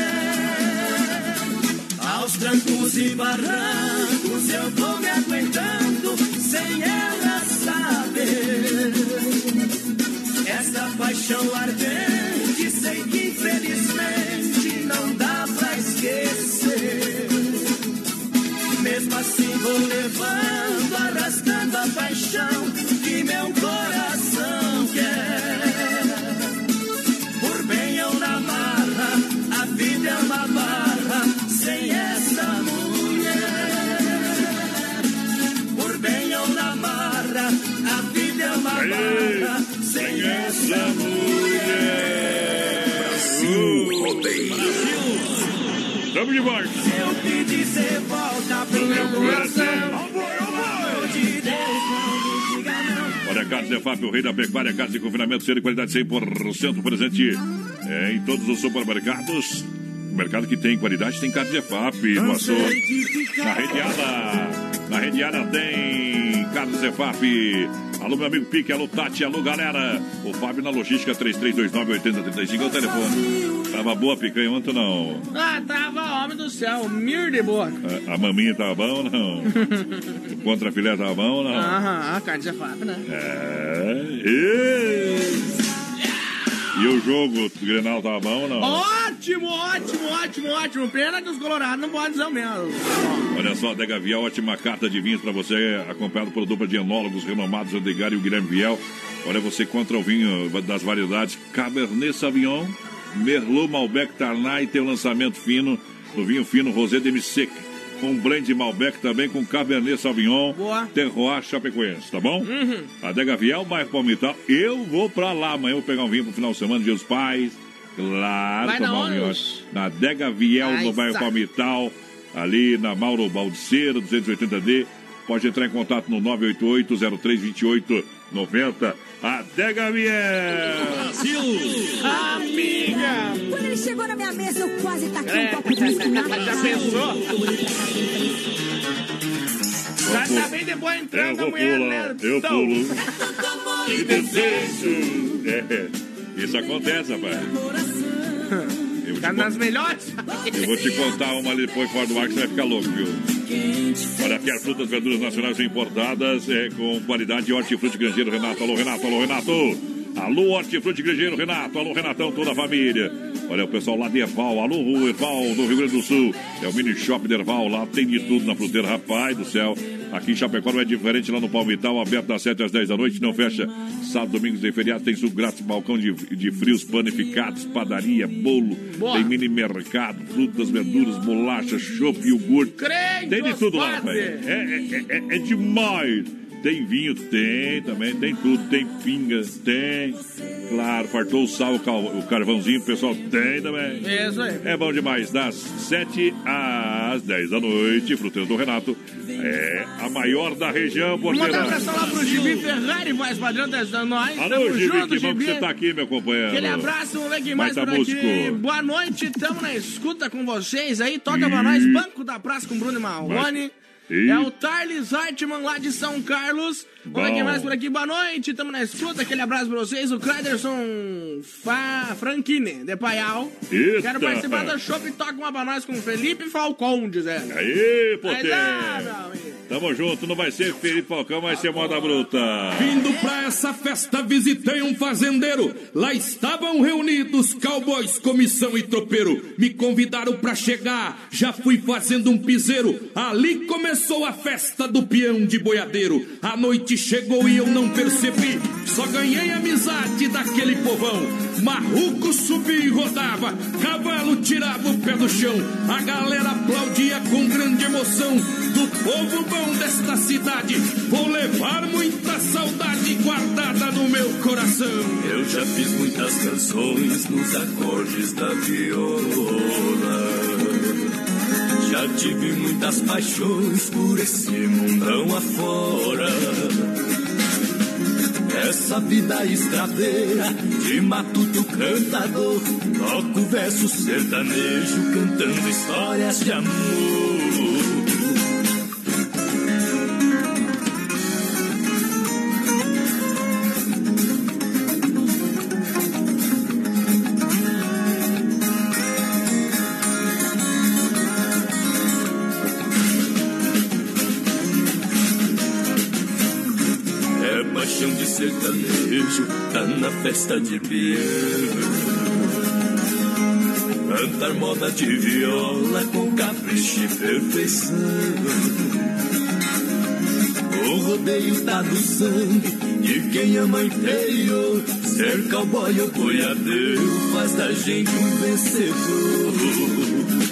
F: Aos trancos e barrancos eu vou me aguentando sem ela saber. Essa paixão ardente sei que infelizmente não dá pra esquecer. Mesmo assim vou levando, arrastando a paixão que meu coração quer. Por bem ou na marra, a vida é uma barra sem essa mulher. Por bem ou na marra, a vida é uma barra sem essa mulher.
B: Brasil Rodeio.
A: Tamo de volta.
F: Se eu pedir, você volta pro meu coração.
A: Olha, Carlos EFAP, o rei da pecuária, carne de confinamento, sendo de qualidade 100% presente em todos os supermercados. O mercado que tem qualidade tem Carlos EFAP no açougue. Na Rediana tem Carlos EFAP. Alô, meu amigo Pique, alô, Tati, alô, galera. O Fábio na logística, 3329-8035 é o telefone. Tava boa a picanha ontem, não?
C: Ah, tava, homem do céu, mir de boa.
A: A maminha tava bom ou não? O contrafilé tava bom ou não?
C: Aham, a carne de FAP, né?
A: E o jogo do Grenal tava bom ou não?
C: Ótimo. Pena que os colorados não podem dizer o mesmo.
A: Olha só, Adega Viel, ótima carta de vinhos para você, acompanhado por dupla de enólogos renomados, o Edgar e o Guilherme Viel. Olha, você encontra o vinho das variedades Cabernet Sauvignon, Merlot, Malbec, Ternat, e tem o lançamento fino do vinho fino Rosé Demi-Sec, com blend de Malbec também, com Cabernet Sauvignon, Terroir Chapecoense, tá bom? Adega Viel, bairro Palmital. Eu vou pra lá amanhã, vou pegar um vinho pro final de semana, Dia dos Pais. Claro,
C: vai
A: tomar um vinho na Adega Viel, no bairro Palmital, ali na Mauro Baldiceira, 280D. Pode entrar em contato no 988-03-2890. Adega Viel!
F: Brasil!
C: Amiga!
K: Quando ele chegou na minha mesa, eu quase taquei um copo de vinho na cara.
C: Já pensou? Já tá bem depois entrando a mulher, né?
A: Eu pulo. Que desejo! Isso acontece, rapaz.
C: Tá nas melhores.
A: Eu vou te contar uma ali depois fora do ar que você vai ficar louco, viu? Olha, Piar Frutas, verduras nacionais importadas com qualidade de hortifruti grangeiro Renato. Alô, Renato, alô, Renato. Alô, hortifruti grangeiro Renato. Alô, Renatão, toda a família. Olha, o pessoal lá de Erval. Alô, Erval, do Rio Grande do Sul. É o mini shop de Erval. Lá tem de tudo na fruteira, rapaz do céu. Aqui em Chapecó não é diferente, lá no Palmital, aberto das 7 às 10 da noite, não fecha sábado, domingos e feriados. Tem suco grátis, balcão de frios panificados, padaria, bolo, tem mini mercado, frutas, verduras, bolachas, chopp, iogurte. Tem de tudo lá, rapaz. É demais. Tem vinho, tem também, tem tudo, tem pinga, tem. Claro, fartou o sal, o carvãozinho, o pessoal tem também.
C: Isso aí.
A: É bom demais, das 7 às 10 da noite, Fruteira do Renato. É a maior da região, porteira.
C: Manda um abraço lá pro Gibi Ferrari, voz padrão da nós.
A: Alô, Gibi, que bom que você tá aqui, meu companheiro.
C: Aquele abraço, vamos ver quem mais por aqui. Boa noite, tamo na escuta com vocês aí. Toca pra nós, Banco da Praça com Bruno e Marrone. É o Tarles Hartmann lá de São Carlos. Vamos ver quem mais por aqui. Boa noite, tamo na escuta. Aquele abraço pra vocês. O Cleiderson Franchini, de Paial.
A: Eita.
C: Quero participar da Shop e toca uma pra nós com o Felipe Falcão, dizendo.
A: Aí, potência. Tamo junto, não vai ser Felipe Falcão, vai ser Moda Bruta.
Q: Vindo pra essa festa, visitei um fazendeiro. Lá estavam reunidos cowboys, comissão e tropeiro. Me convidaram pra chegar, já fui fazendo um piseiro. Ali começou a festa do peão de boiadeiro. A noite chegou e eu não percebi, só ganhei amizade daquele povão. Marruco subia e rodava, cavalo tirava o pé do chão. A galera aplaudia com grande emoção. Do povo bom desta cidade, vou levar muita saudade guardada no meu coração.
F: Eu já fiz muitas canções nos acordes da viola. Já tive muitas paixões por esse mundão afora. Essa vida estradeira de matuto cantador, toco verso sertanejo cantando histórias de amor. De sertanejo, tá na festa de piano. Cantar moda de viola com capricho e perfeição. O rodeio tá do sangue de quem ama interior. Ser cowboy ou boiadeiro faz da gente um vencedor.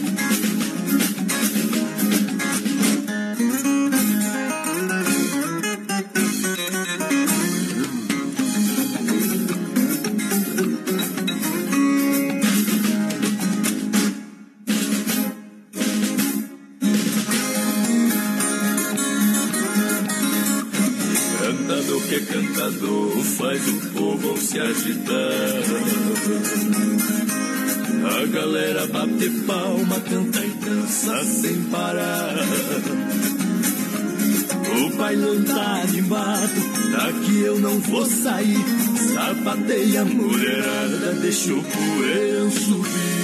F: Faz o povo se agitar. A galera bate palma, canta e dança sem parar. O bailão tá animado, daqui eu não vou sair. Sapateia a mulherada, deixa o poeirão subir.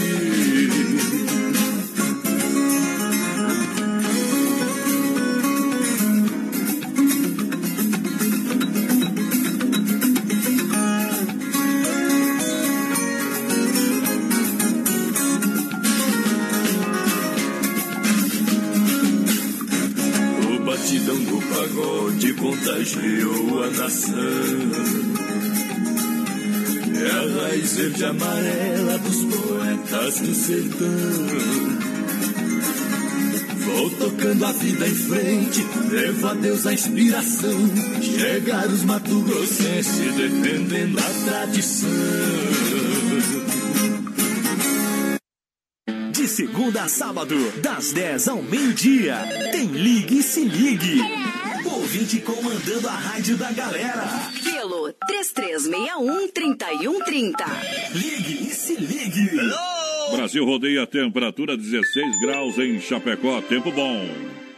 F: Contagiou a nação. É a raiz verde amarela dos poetas do sertão. Vou tocando a vida em frente, levo a Deus a inspiração. Chegaram os mato-grossenses defendendo a tradição.
L: De segunda a sábado, das 10 ao meio-dia, tem Ligue e Se Ligue. Ouvinte comandando a rádio da galera.
I: Pelo 3361-3130.
L: Ligue e Se Ligue.
A: Hello! Brasil rodeia a temperatura 16 graus em Chapecó. Tempo bom.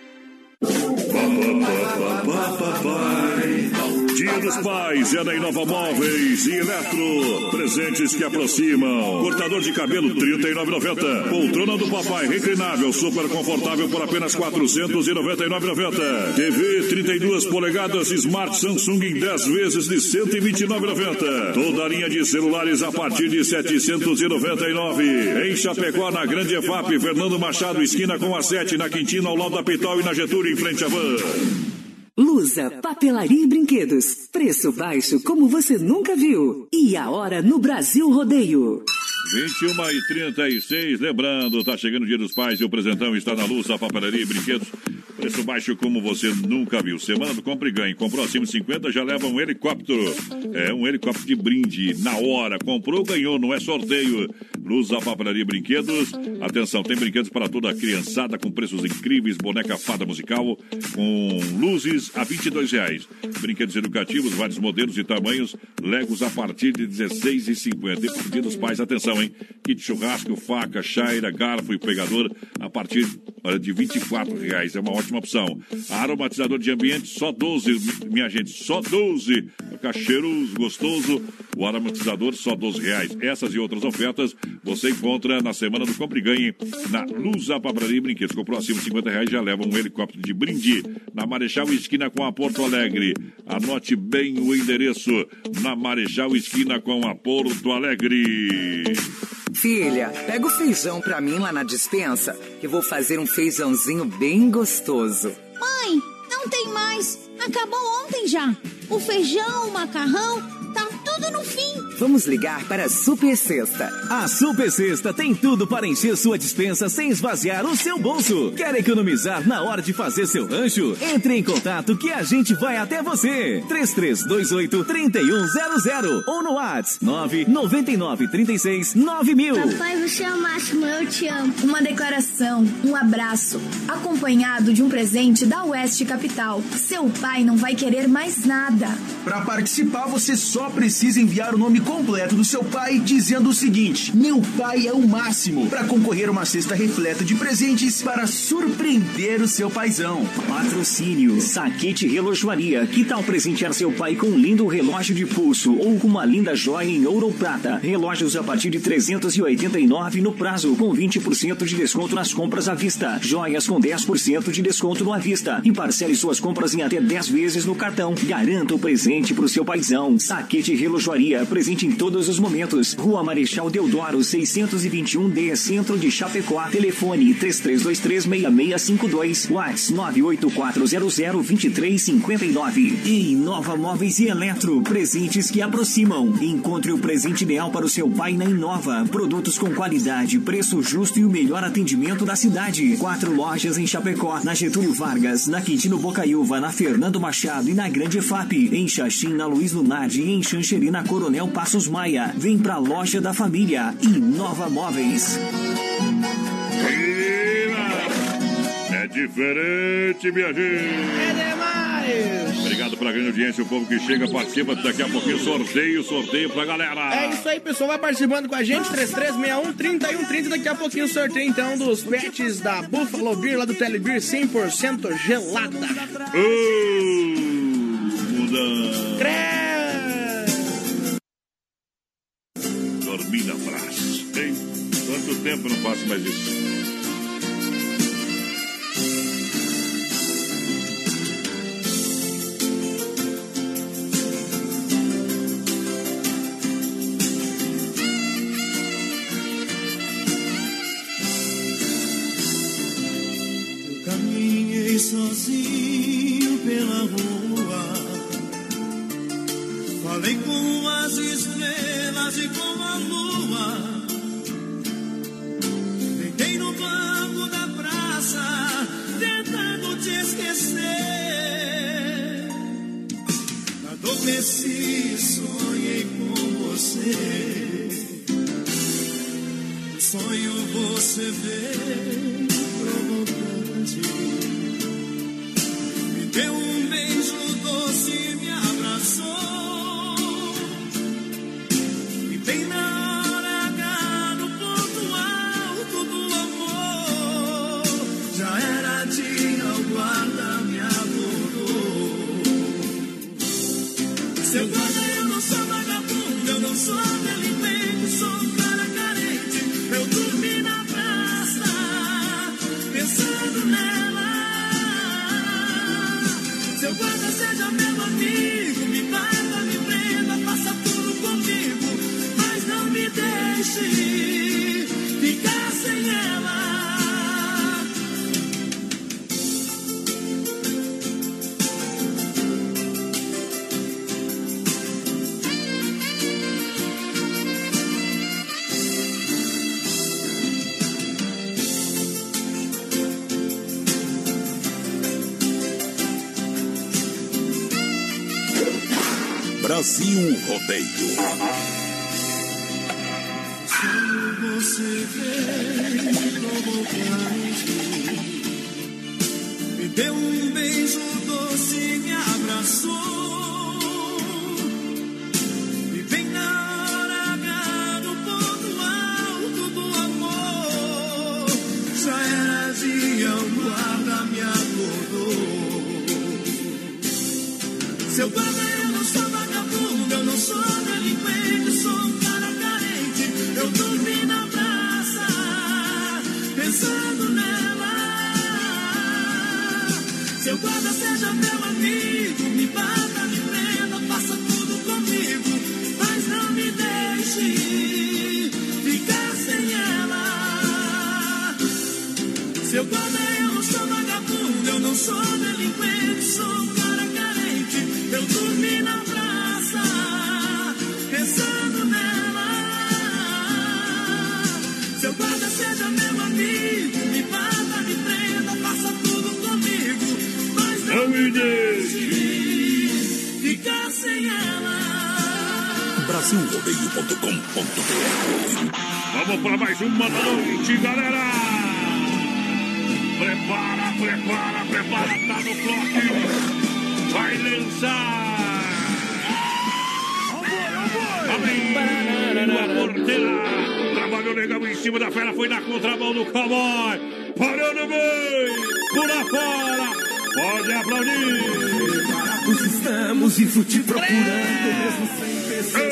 A: Dia dos Pais é na Inova Móveis e Eletro. Presentes que aproximam. Cortador de cabelo R$39,90. Poltrona do papai reclinável super confortável por apenas R$499,90. TV 32 polegadas Smart Samsung em 10 vezes de R$129,90. Toda a linha de celulares a partir de R$799. Em Chapecó, na Grande EFAP, Fernando Machado, esquina com a 7, na Quintino, ao lado da Pitol e na Getúlio, em frente à Van.
I: Lusa, papelaria e brinquedos. Preço baixo como você nunca viu. E a hora no Brasil Rodeio.
A: 21h36, lembrando, tá chegando o Dia dos Pais e o presentão está na Lusa, papelaria e brinquedos. Preço baixo como você nunca viu. Semana do Compre e Ganhe. Comprou acima de 50, já leva um helicóptero. É um helicóptero de brinde na hora. Comprou, ganhou, não é sorteio. Lusa, papelaria e brinquedos. Atenção, tem brinquedos para toda a criançada com preços incríveis. Boneca fada musical com luzes a R$22. Brinquedos educativos, vários modelos e tamanhos. Legos a partir de R$16,50. E por Dia dos Pais, atenção, hein? Kit churrasco, faca, chaira, garfo e pegador a partir de R$24. É uma ótima opção. Aromatizador de ambiente, só 12, minha gente, só 12. Fica cheiroso, gostoso. O aromatizador, só R$12. Essas e outras ofertas você encontra na semana do Compre e Ganhe na Lusa, papelaria e brinquedos. Comprou acima de R$50, já leva um helicóptero de brinde na Marechal esquina com a Porto Alegre. Anote bem o endereço, na Marechal esquina com a Porto Alegre.
J: Filha, pega o feijão pra mim lá na despensa, que vou fazer um feijãozinho bem gostoso.
K: Mãe, não tem mais. Acabou ontem já. O feijão, o macarrão, tá tudo tudo no fim.
J: Vamos ligar para a Super Sexta.
L: A Super Sexta tem tudo para encher sua despensa sem esvaziar o seu bolso. Quer economizar na hora de fazer seu rancho? Entre em contato que a gente vai até você. 3328-3100 ou no WhatsApp 999369000.
K: Papai, você é o máximo, eu te amo.
T: Uma declaração, um abraço, acompanhado de um presente da Oeste Capital. Seu pai não vai querer mais nada.
U: Para participar, você só precisa enviar o nome completo do seu pai dizendo o seguinte: meu pai é o máximo, para concorrer a uma cesta repleta de presentes para surpreender o seu paizão.
V: Patrocínio Saquete Relojoaria. Que tal presentear seu pai com um lindo relógio de pulso ou com uma linda joia em ouro ou prata? Relógios a partir de R$389 no prazo, com 20% de desconto nas compras à vista. Joias com 10% de desconto no à vista. E parcele suas compras em até 10 vezes no cartão. Garanta o presente pro seu paizão. Saquete Relojoaria, presente em todos os momentos. Rua Marechal Deodoro, 621D, Centro de Chapecó. Telefone 33236652. WhatsApp 984002359. E Inova Móveis e Eletro, presentes que aproximam. Encontre o presente ideal para o seu pai na Inova. Produtos com qualidade, preço justo e o melhor atendimento da cidade. 4 lojas em Chapecó, na Getúlio Vargas, na Quintino Bocaiúva, na Fernando Machado e na Grande EFAP. Em Xaxim, na Luiz Lunardi e em Xanxerê, na Coronel Passos Maia. Vem pra Loja da Família. Inova Móveis.
A: É diferente, minha gente.
C: É demais.
A: Obrigado pela grande audiência, o povo que chega, participa. Daqui a pouquinho sorteio pra galera.
C: É isso aí, pessoal. Vai participando com a gente. 3361-3130. Daqui a pouquinho sorteio, então, dos pets da Buffalo Beer, lá do Telebeer, 100% gelada.
A: Dormi na praça. Tem quanto tempo não faço mais isso?
F: Eu caminhei sozinho pela rua, falei com as estrelas e com a lua. Deitei no banco da praça, tentando te esquecer. Adormeci, sonhei com você. No sonho você veio provocante, me deu um beijo doce e me abraçou. E bem na hora H, no ponto alto do amor, já era dia, o guarda me abordou. Seu guarda, eu não sou vagabundo, eu não sou delinquente, sou um cara carente. Eu dormi na praça, pensando nela. Seu guarda, seja meu amigo, me bata, me prenda, faça tudo comigo, mas não me deixe ficar sem ela.
B: Brasil Rodeio.
F: Você veio provocante, me deu um beijo doce e me abraçou. E bem na hora H, no ponto alto do amor, já era dia, o guarda me acordou. Seu guarda, eu não sou vagabundo, eu não sou delinquente, sou um cara carente. Eu dormi na praça, pensando nela. Seu guarda, seja meu amigo, me bata, me prenda, faça tudo comigo, mas não me deixe ficar sem ela. Seu guarda, eu não sou vagabundo, eu não sou delinquente, sou um cara carente. Eu dormi na praça,
A: me deixe
F: ficar sem ela.
B: BrasilRodeio.com.br.
A: Vamos para mais uma da noite, galera. Prepara, tá no clock. Vai lançar. Abriu a porteira. Trabalhou legal em cima da fera, foi na contramão do cowboy. Parou no meio, pula fora. Pode aplaudir.
F: Estamos isso te procurando, mesmo sem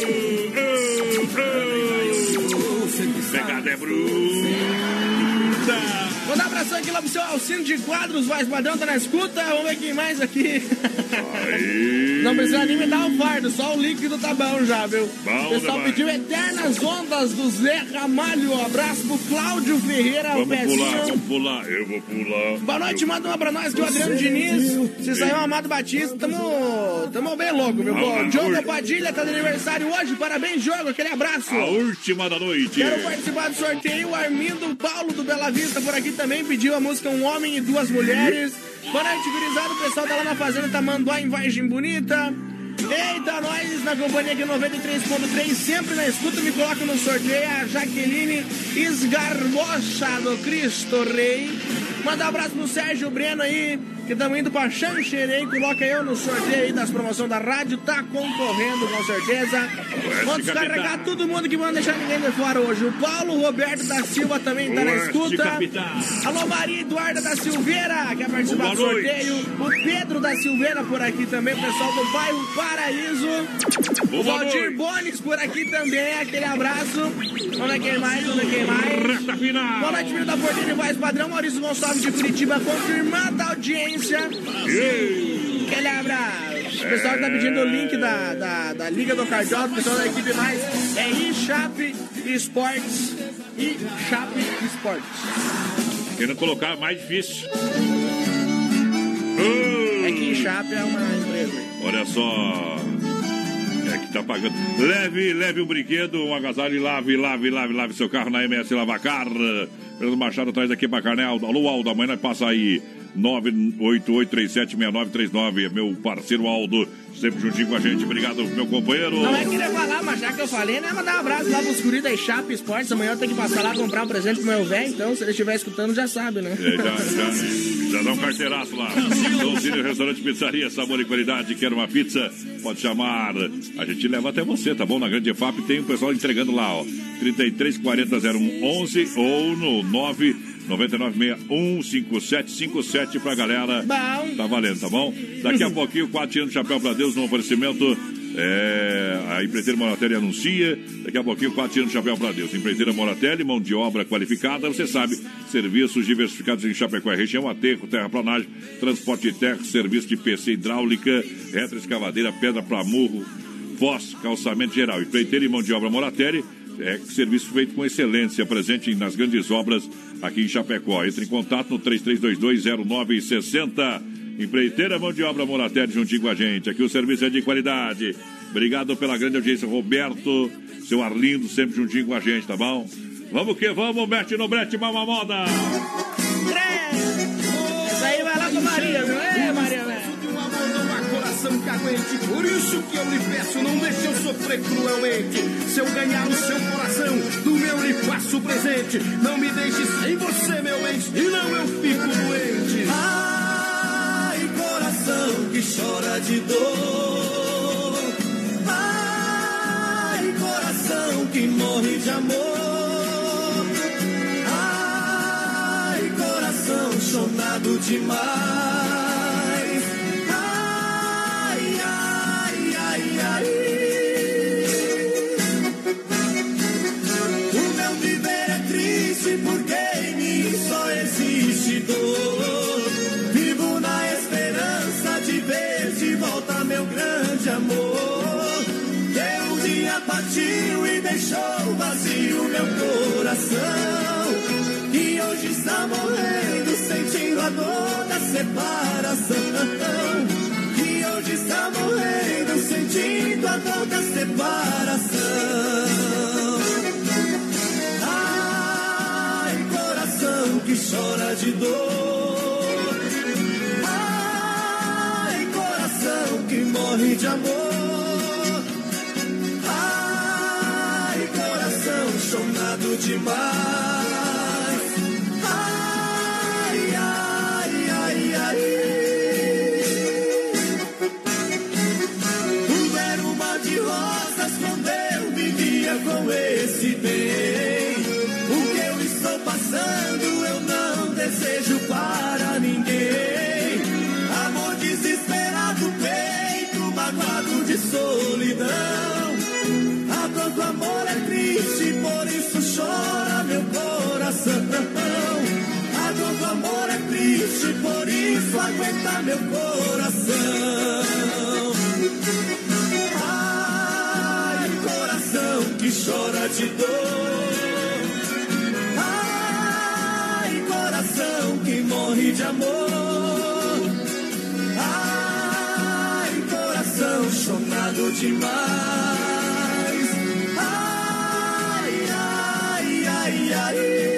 A: Pegada é bruta.
C: Vou dar um abração aqui lá pro seu Alcino de Quadros, voz padrão, tá na escuta. Vamos ver quem mais aqui. Não precisa nem me dar o fardo, só o líquido tá bom já, viu?
A: Bom,
C: o pessoal pediu Eternas Ondas do Zé Ramalho. Abraço pro Cláudio Ferreira.
A: Vamos pular, eu vou pular.
C: Boa noite, manda uma pra nós que o Adriano Diniz. Se saiu o Amado Batista, tamo bem louco, viu? O Diogo Padilha tá de aniversário hoje, parabéns, Diogo, aquele abraço.
A: A última da noite.
C: Quero participar do sorteio. O Armindo Paulo do Bela Vista por aqui também pediu a música Um Homem e Duas Mulheres. Boa noite, gurizada. O pessoal tá lá na fazenda Tamanduá, em Vargem Bonita. Eita, nós na companhia aqui 93.3, sempre na escuta, me coloca no sorteio. A Jaqueline Esgarbocha do Cristo Rei. Manda um abraço pro Sérgio Breno aí, que estamos indo pra Xanxerê. Coloca eu no sorteio aí das promoções da rádio. Tá concorrendo com certeza. Vamos descarregar todo mundo que não deixar ninguém de fora hoje. O Paulo Roberto da Silva também tá na escuta. Alô, Maria Eduarda da Silveira, quer participar do sorteio. O Pedro da Silveira por aqui também. O pessoal do bairro Paraíso. O Valdir Bones por aqui também. Aquele abraço. Vamos ver quem mais.
A: Reta final.
C: Boa noite, filho da Porteira e Voz Padrão. Maurício Gonçalves de Curitiba, confirmada a audiência. Aquele abraço. O pessoal que tá pedindo o link da Liga do Cardiólogo, o pessoal da equipe mais é iChap Esportes. iChap Esportes.
A: Querendo colocar mais difícil.
C: É que iChap é uma empresa.
A: Olha só. É que tá pagando. Leve um brinquedo, um agasalho e lave seu carro na MS Lavacar. Pedro Machado atrás daqui pra carne. Alô, Aldo, amanhã passa aí 988376939. É meu parceiro Aldo, sempre juntinho com a gente. Obrigado, meu companheiro.
C: Não é querer falar, mas já que eu falei, né? Mandar um abraço lá pros guris da iChap Esportes. Amanhã eu tenho que passar lá comprar um presente pro meu velho. Então, se ele estiver escutando, já sabe, né?
A: Já dá um carteiraço lá. Dom Cine, restaurante, pizzaria, sabor e qualidade. Quer uma pizza? Pode chamar. A gente leva até você, tá bom? Na Grande EFAP tem o pessoal entregando lá, ó. 33400111 ou no 999615757 pra galera.
C: Bom.
A: Tá valendo, tá bom? Daqui a pouquinho, 4 anos, Chapéu pra Deus, no oferecimento. A Empreiteira Moratelli anuncia. Daqui a pouquinho, 4 anos, Chapéu pra Deus. Empreiteira Moratelli, mão de obra qualificada. Você sabe, serviços diversificados em Chapecó e região, aterro, terraplanagem, transporte de terra, serviço de PC hidráulica, retroescavadeira, pedra pra murro, foz, calçamento geral. Empreiteira e mão de obra Moratelli. Serviço feito com excelência, presente nas grandes obras aqui em Chapecó. Entre em contato no 33220960. Empreiteira, mão de obra Moratelli, juntinho com a gente. Aqui o serviço é de qualidade. Obrigado pela grande audiência, Roberto, seu Arlindo, sempre juntinho com a gente, tá bom? Vamos que vamos, mete no brete, mama moda.
C: Isso aí vai lá com a Maria, viu? Maria, velho.
Q: Por isso que eu lhe peço, não deixe eu sofrer cruelmente. Se eu ganhar o seu coração, do meu lhe faço presente. Não me deixe sem você, meu bem, senão eu fico doente.
F: Ai, coração que chora de dor. Ai, coração que morre de amor. Ai, coração chonado demais. O meu viver é triste porque em mim só existe dor. Vivo na esperança de ver de volta meu grande amor. Que um dia partiu e deixou vazio meu coração. E hoje está morrendo sentindo a dor da separação. Hoje está morrendo, sentindo a dor da separação. Ai, coração que chora de dor. morre de amor. Ai, coração chonado demais. Ai, ai, ai, ai. Tudo era um mar de rosas quando eu vivia com esse bem. O que eu estou passando eu não desejo para ninguém. Amor desesperado, peito magoado de solidão. Há tanto amor é triste, por isso chora meu coração. Há tanto amor é triste, por isso aguenta meu coração. Ai, coração que chora de dor. Ai, coração que morre de amor. Ai, coração chonado demais. Ai, ai, ai, ai.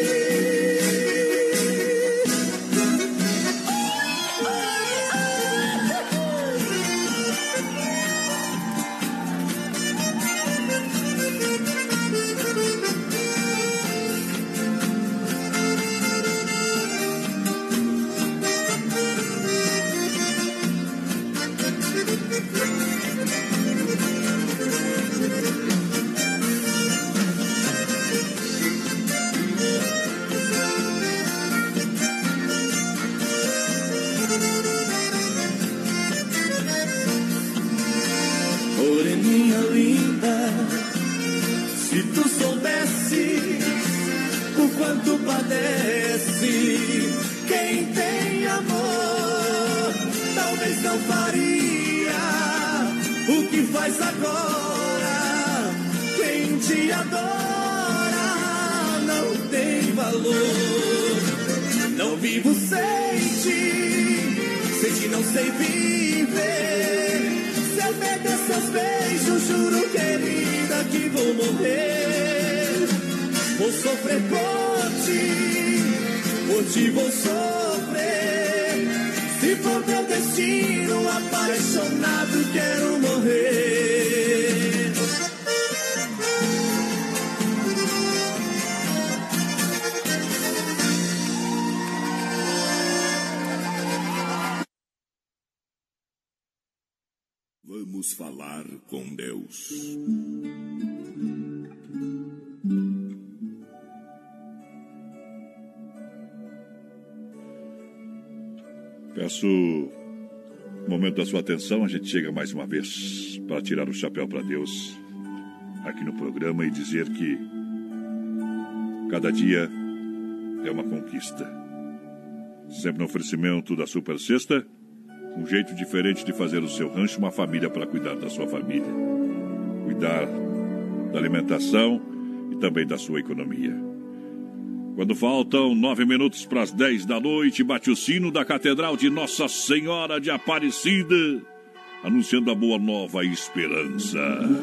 F: Moreninha linda, se tu soubesses o quanto padece quem tem amor, talvez não faria o que faz agora. Quem te adora não tem valor. Não vivo sem ti não sei viver. Se eu perder seus beijos, juro, querida, que vou morrer. Vou sofrer por ti vou sofrer. Se for meu destino, apaixonado, quero morrer.
B: Vamos falar com Deus.
A: Peço o momento da sua atenção. A gente chega mais uma vez para tirar o chapéu para Deus aqui no programa e dizer que cada dia é uma conquista. Sempre no oferecimento da Super Sexta, um jeito diferente de fazer o seu rancho, uma família para cuidar da sua família, cuidar da alimentação e também da sua economia. Quando faltam 9 minutos para as 10 da noite, bate o sino da Catedral de Nossa Senhora de Aparecida, anunciando a boa nova esperança.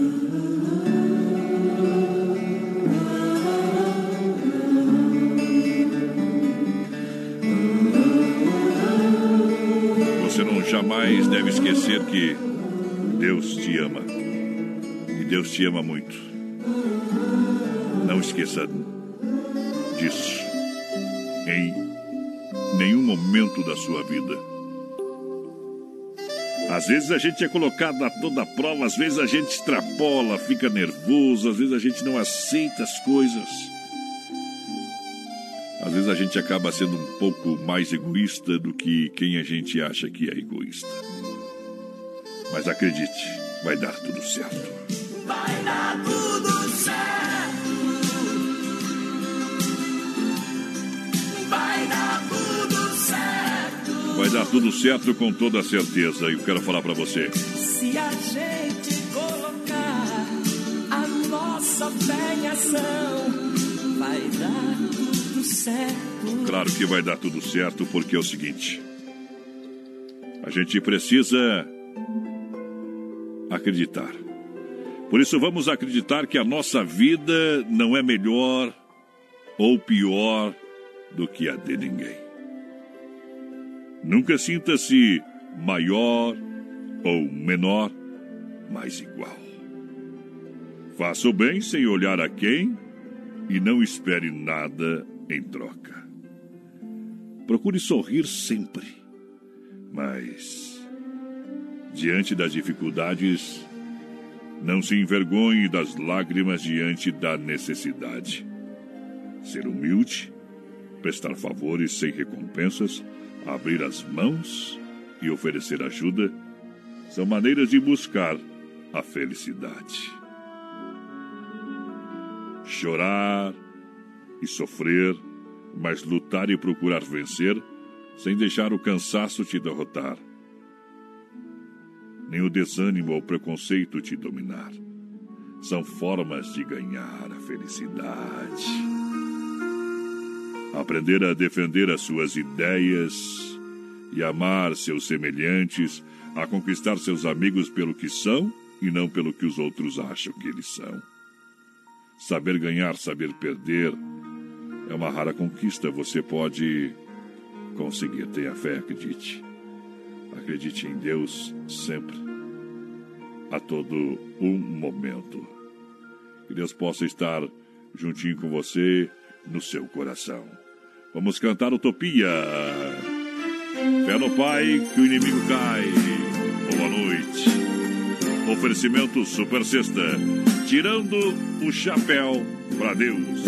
A: Você não jamais deve esquecer que Deus te ama. E Deus te ama muito. Não esqueça disso em nenhum momento da sua vida. Às vezes a gente é colocado a toda prova, às vezes a gente extrapola, fica nervoso, às vezes a gente não aceita as coisas. Às vezes a gente acaba sendo um pouco mais egoísta do que quem a gente acha que é egoísta. Mas acredite, vai dar tudo certo.
F: Vai dar tudo certo. Vai dar tudo certo.
A: Vai dar tudo certo com toda certeza. E eu quero falar pra você.
F: Se a gente colocar a nossa fé em ação, vai dar tudo certo.
A: Claro que vai dar tudo certo, porque é o seguinte: a gente precisa acreditar. Por isso vamos acreditar que a nossa vida não é melhor ou pior do que a de ninguém. Nunca sinta-se maior ou menor mais igual. Faça o bem sem olhar a quem e não espere nada em troca. Procure sorrir sempre, mas diante das dificuldades, não se envergonhe das lágrimas diante da necessidade. Ser humilde, prestar favores sem recompensas, abrir as mãos e oferecer ajuda são maneiras de buscar a felicidade. Chorar e sofrer, mas lutar e procurar vencer sem deixar o cansaço te derrotar, nem o desânimo ou o preconceito te dominar. São formas de ganhar a felicidade. Aprender a defender as suas ideias e amar seus semelhantes, a conquistar seus amigos pelo que são e não pelo que os outros acham que eles são. Saber ganhar, saber perder é uma rara conquista. Você pode conseguir. Tenha fé, acredite. Acredite em Deus sempre, a todo um momento. Que Deus possa estar juntinho com você no seu coração. Vamos cantar Utopia. Fé no Pai que o inimigo cai. Boa noite. Oferecimento Super Sexta. Tirando o chapéu para Deus.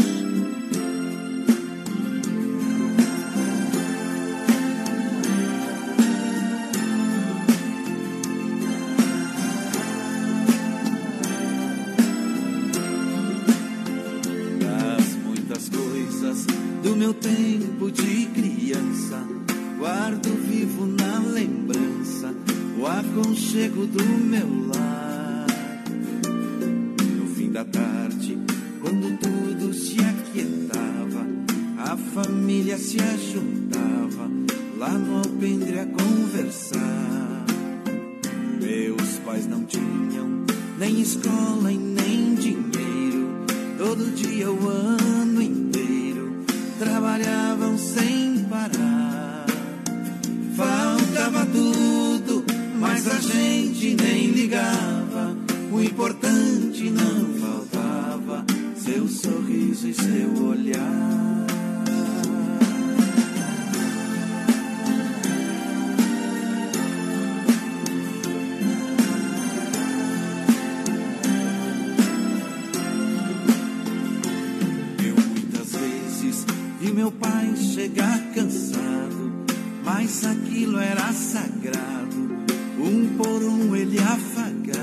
F: Meu tempo de criança, guardo vivo na lembrança o aconchego do meu lar. No fim da tarde, quando tudo se aquietava, a família se ajuntava lá no alpendre a conversar. Meus pais não tinham nem escola e nem dinheiro, todo dia o ano inteiro trabalhavam sem parar. Faltava tudo, mas a gente nem ligava. O importante não faltava, seu sorriso e seu olhar. Meu pai chegar cansado, mas aquilo era sagrado. Um por um ele afagava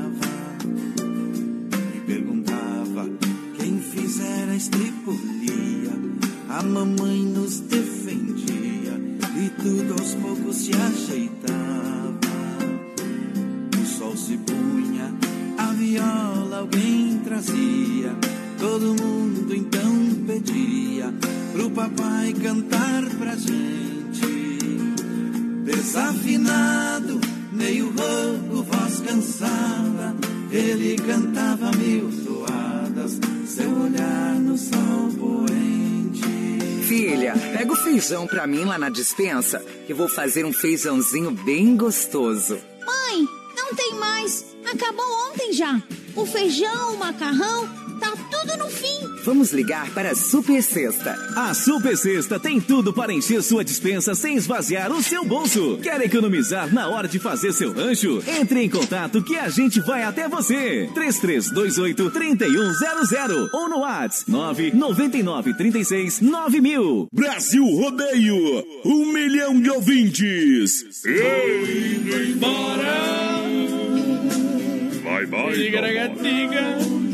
F: e perguntava quem fizera a estripulia. A mamãe nos defendia e tudo aos poucos se ajeitava. O sol se punha, a viola alguém trazia. Todo mundo então pedia pro papai cantar pra gente. Desafinado, meio rouco, voz cansada, ele cantava mil toadas, seu olhar no sol poente.
J: Filha, pega o feijão pra mim lá na despensa, que vou fazer um feijãozinho bem gostoso.
K: Mãe, não tem mais. Acabou ontem já. O feijão, o macarrão, tá tudo no fim.
J: Vamos ligar para a Super Sexta.
L: A Super Sexta tem tudo para encher sua despensa sem esvaziar o seu bolso. Quer economizar na hora de fazer seu rancho? Entre em contato que a gente vai até você. 3328-3100 ou no WhatsApp 999369000.
B: Brasil Rodeio, 1 milhão de ouvintes.
A: Indo embora. Vai, vai.
C: Diga.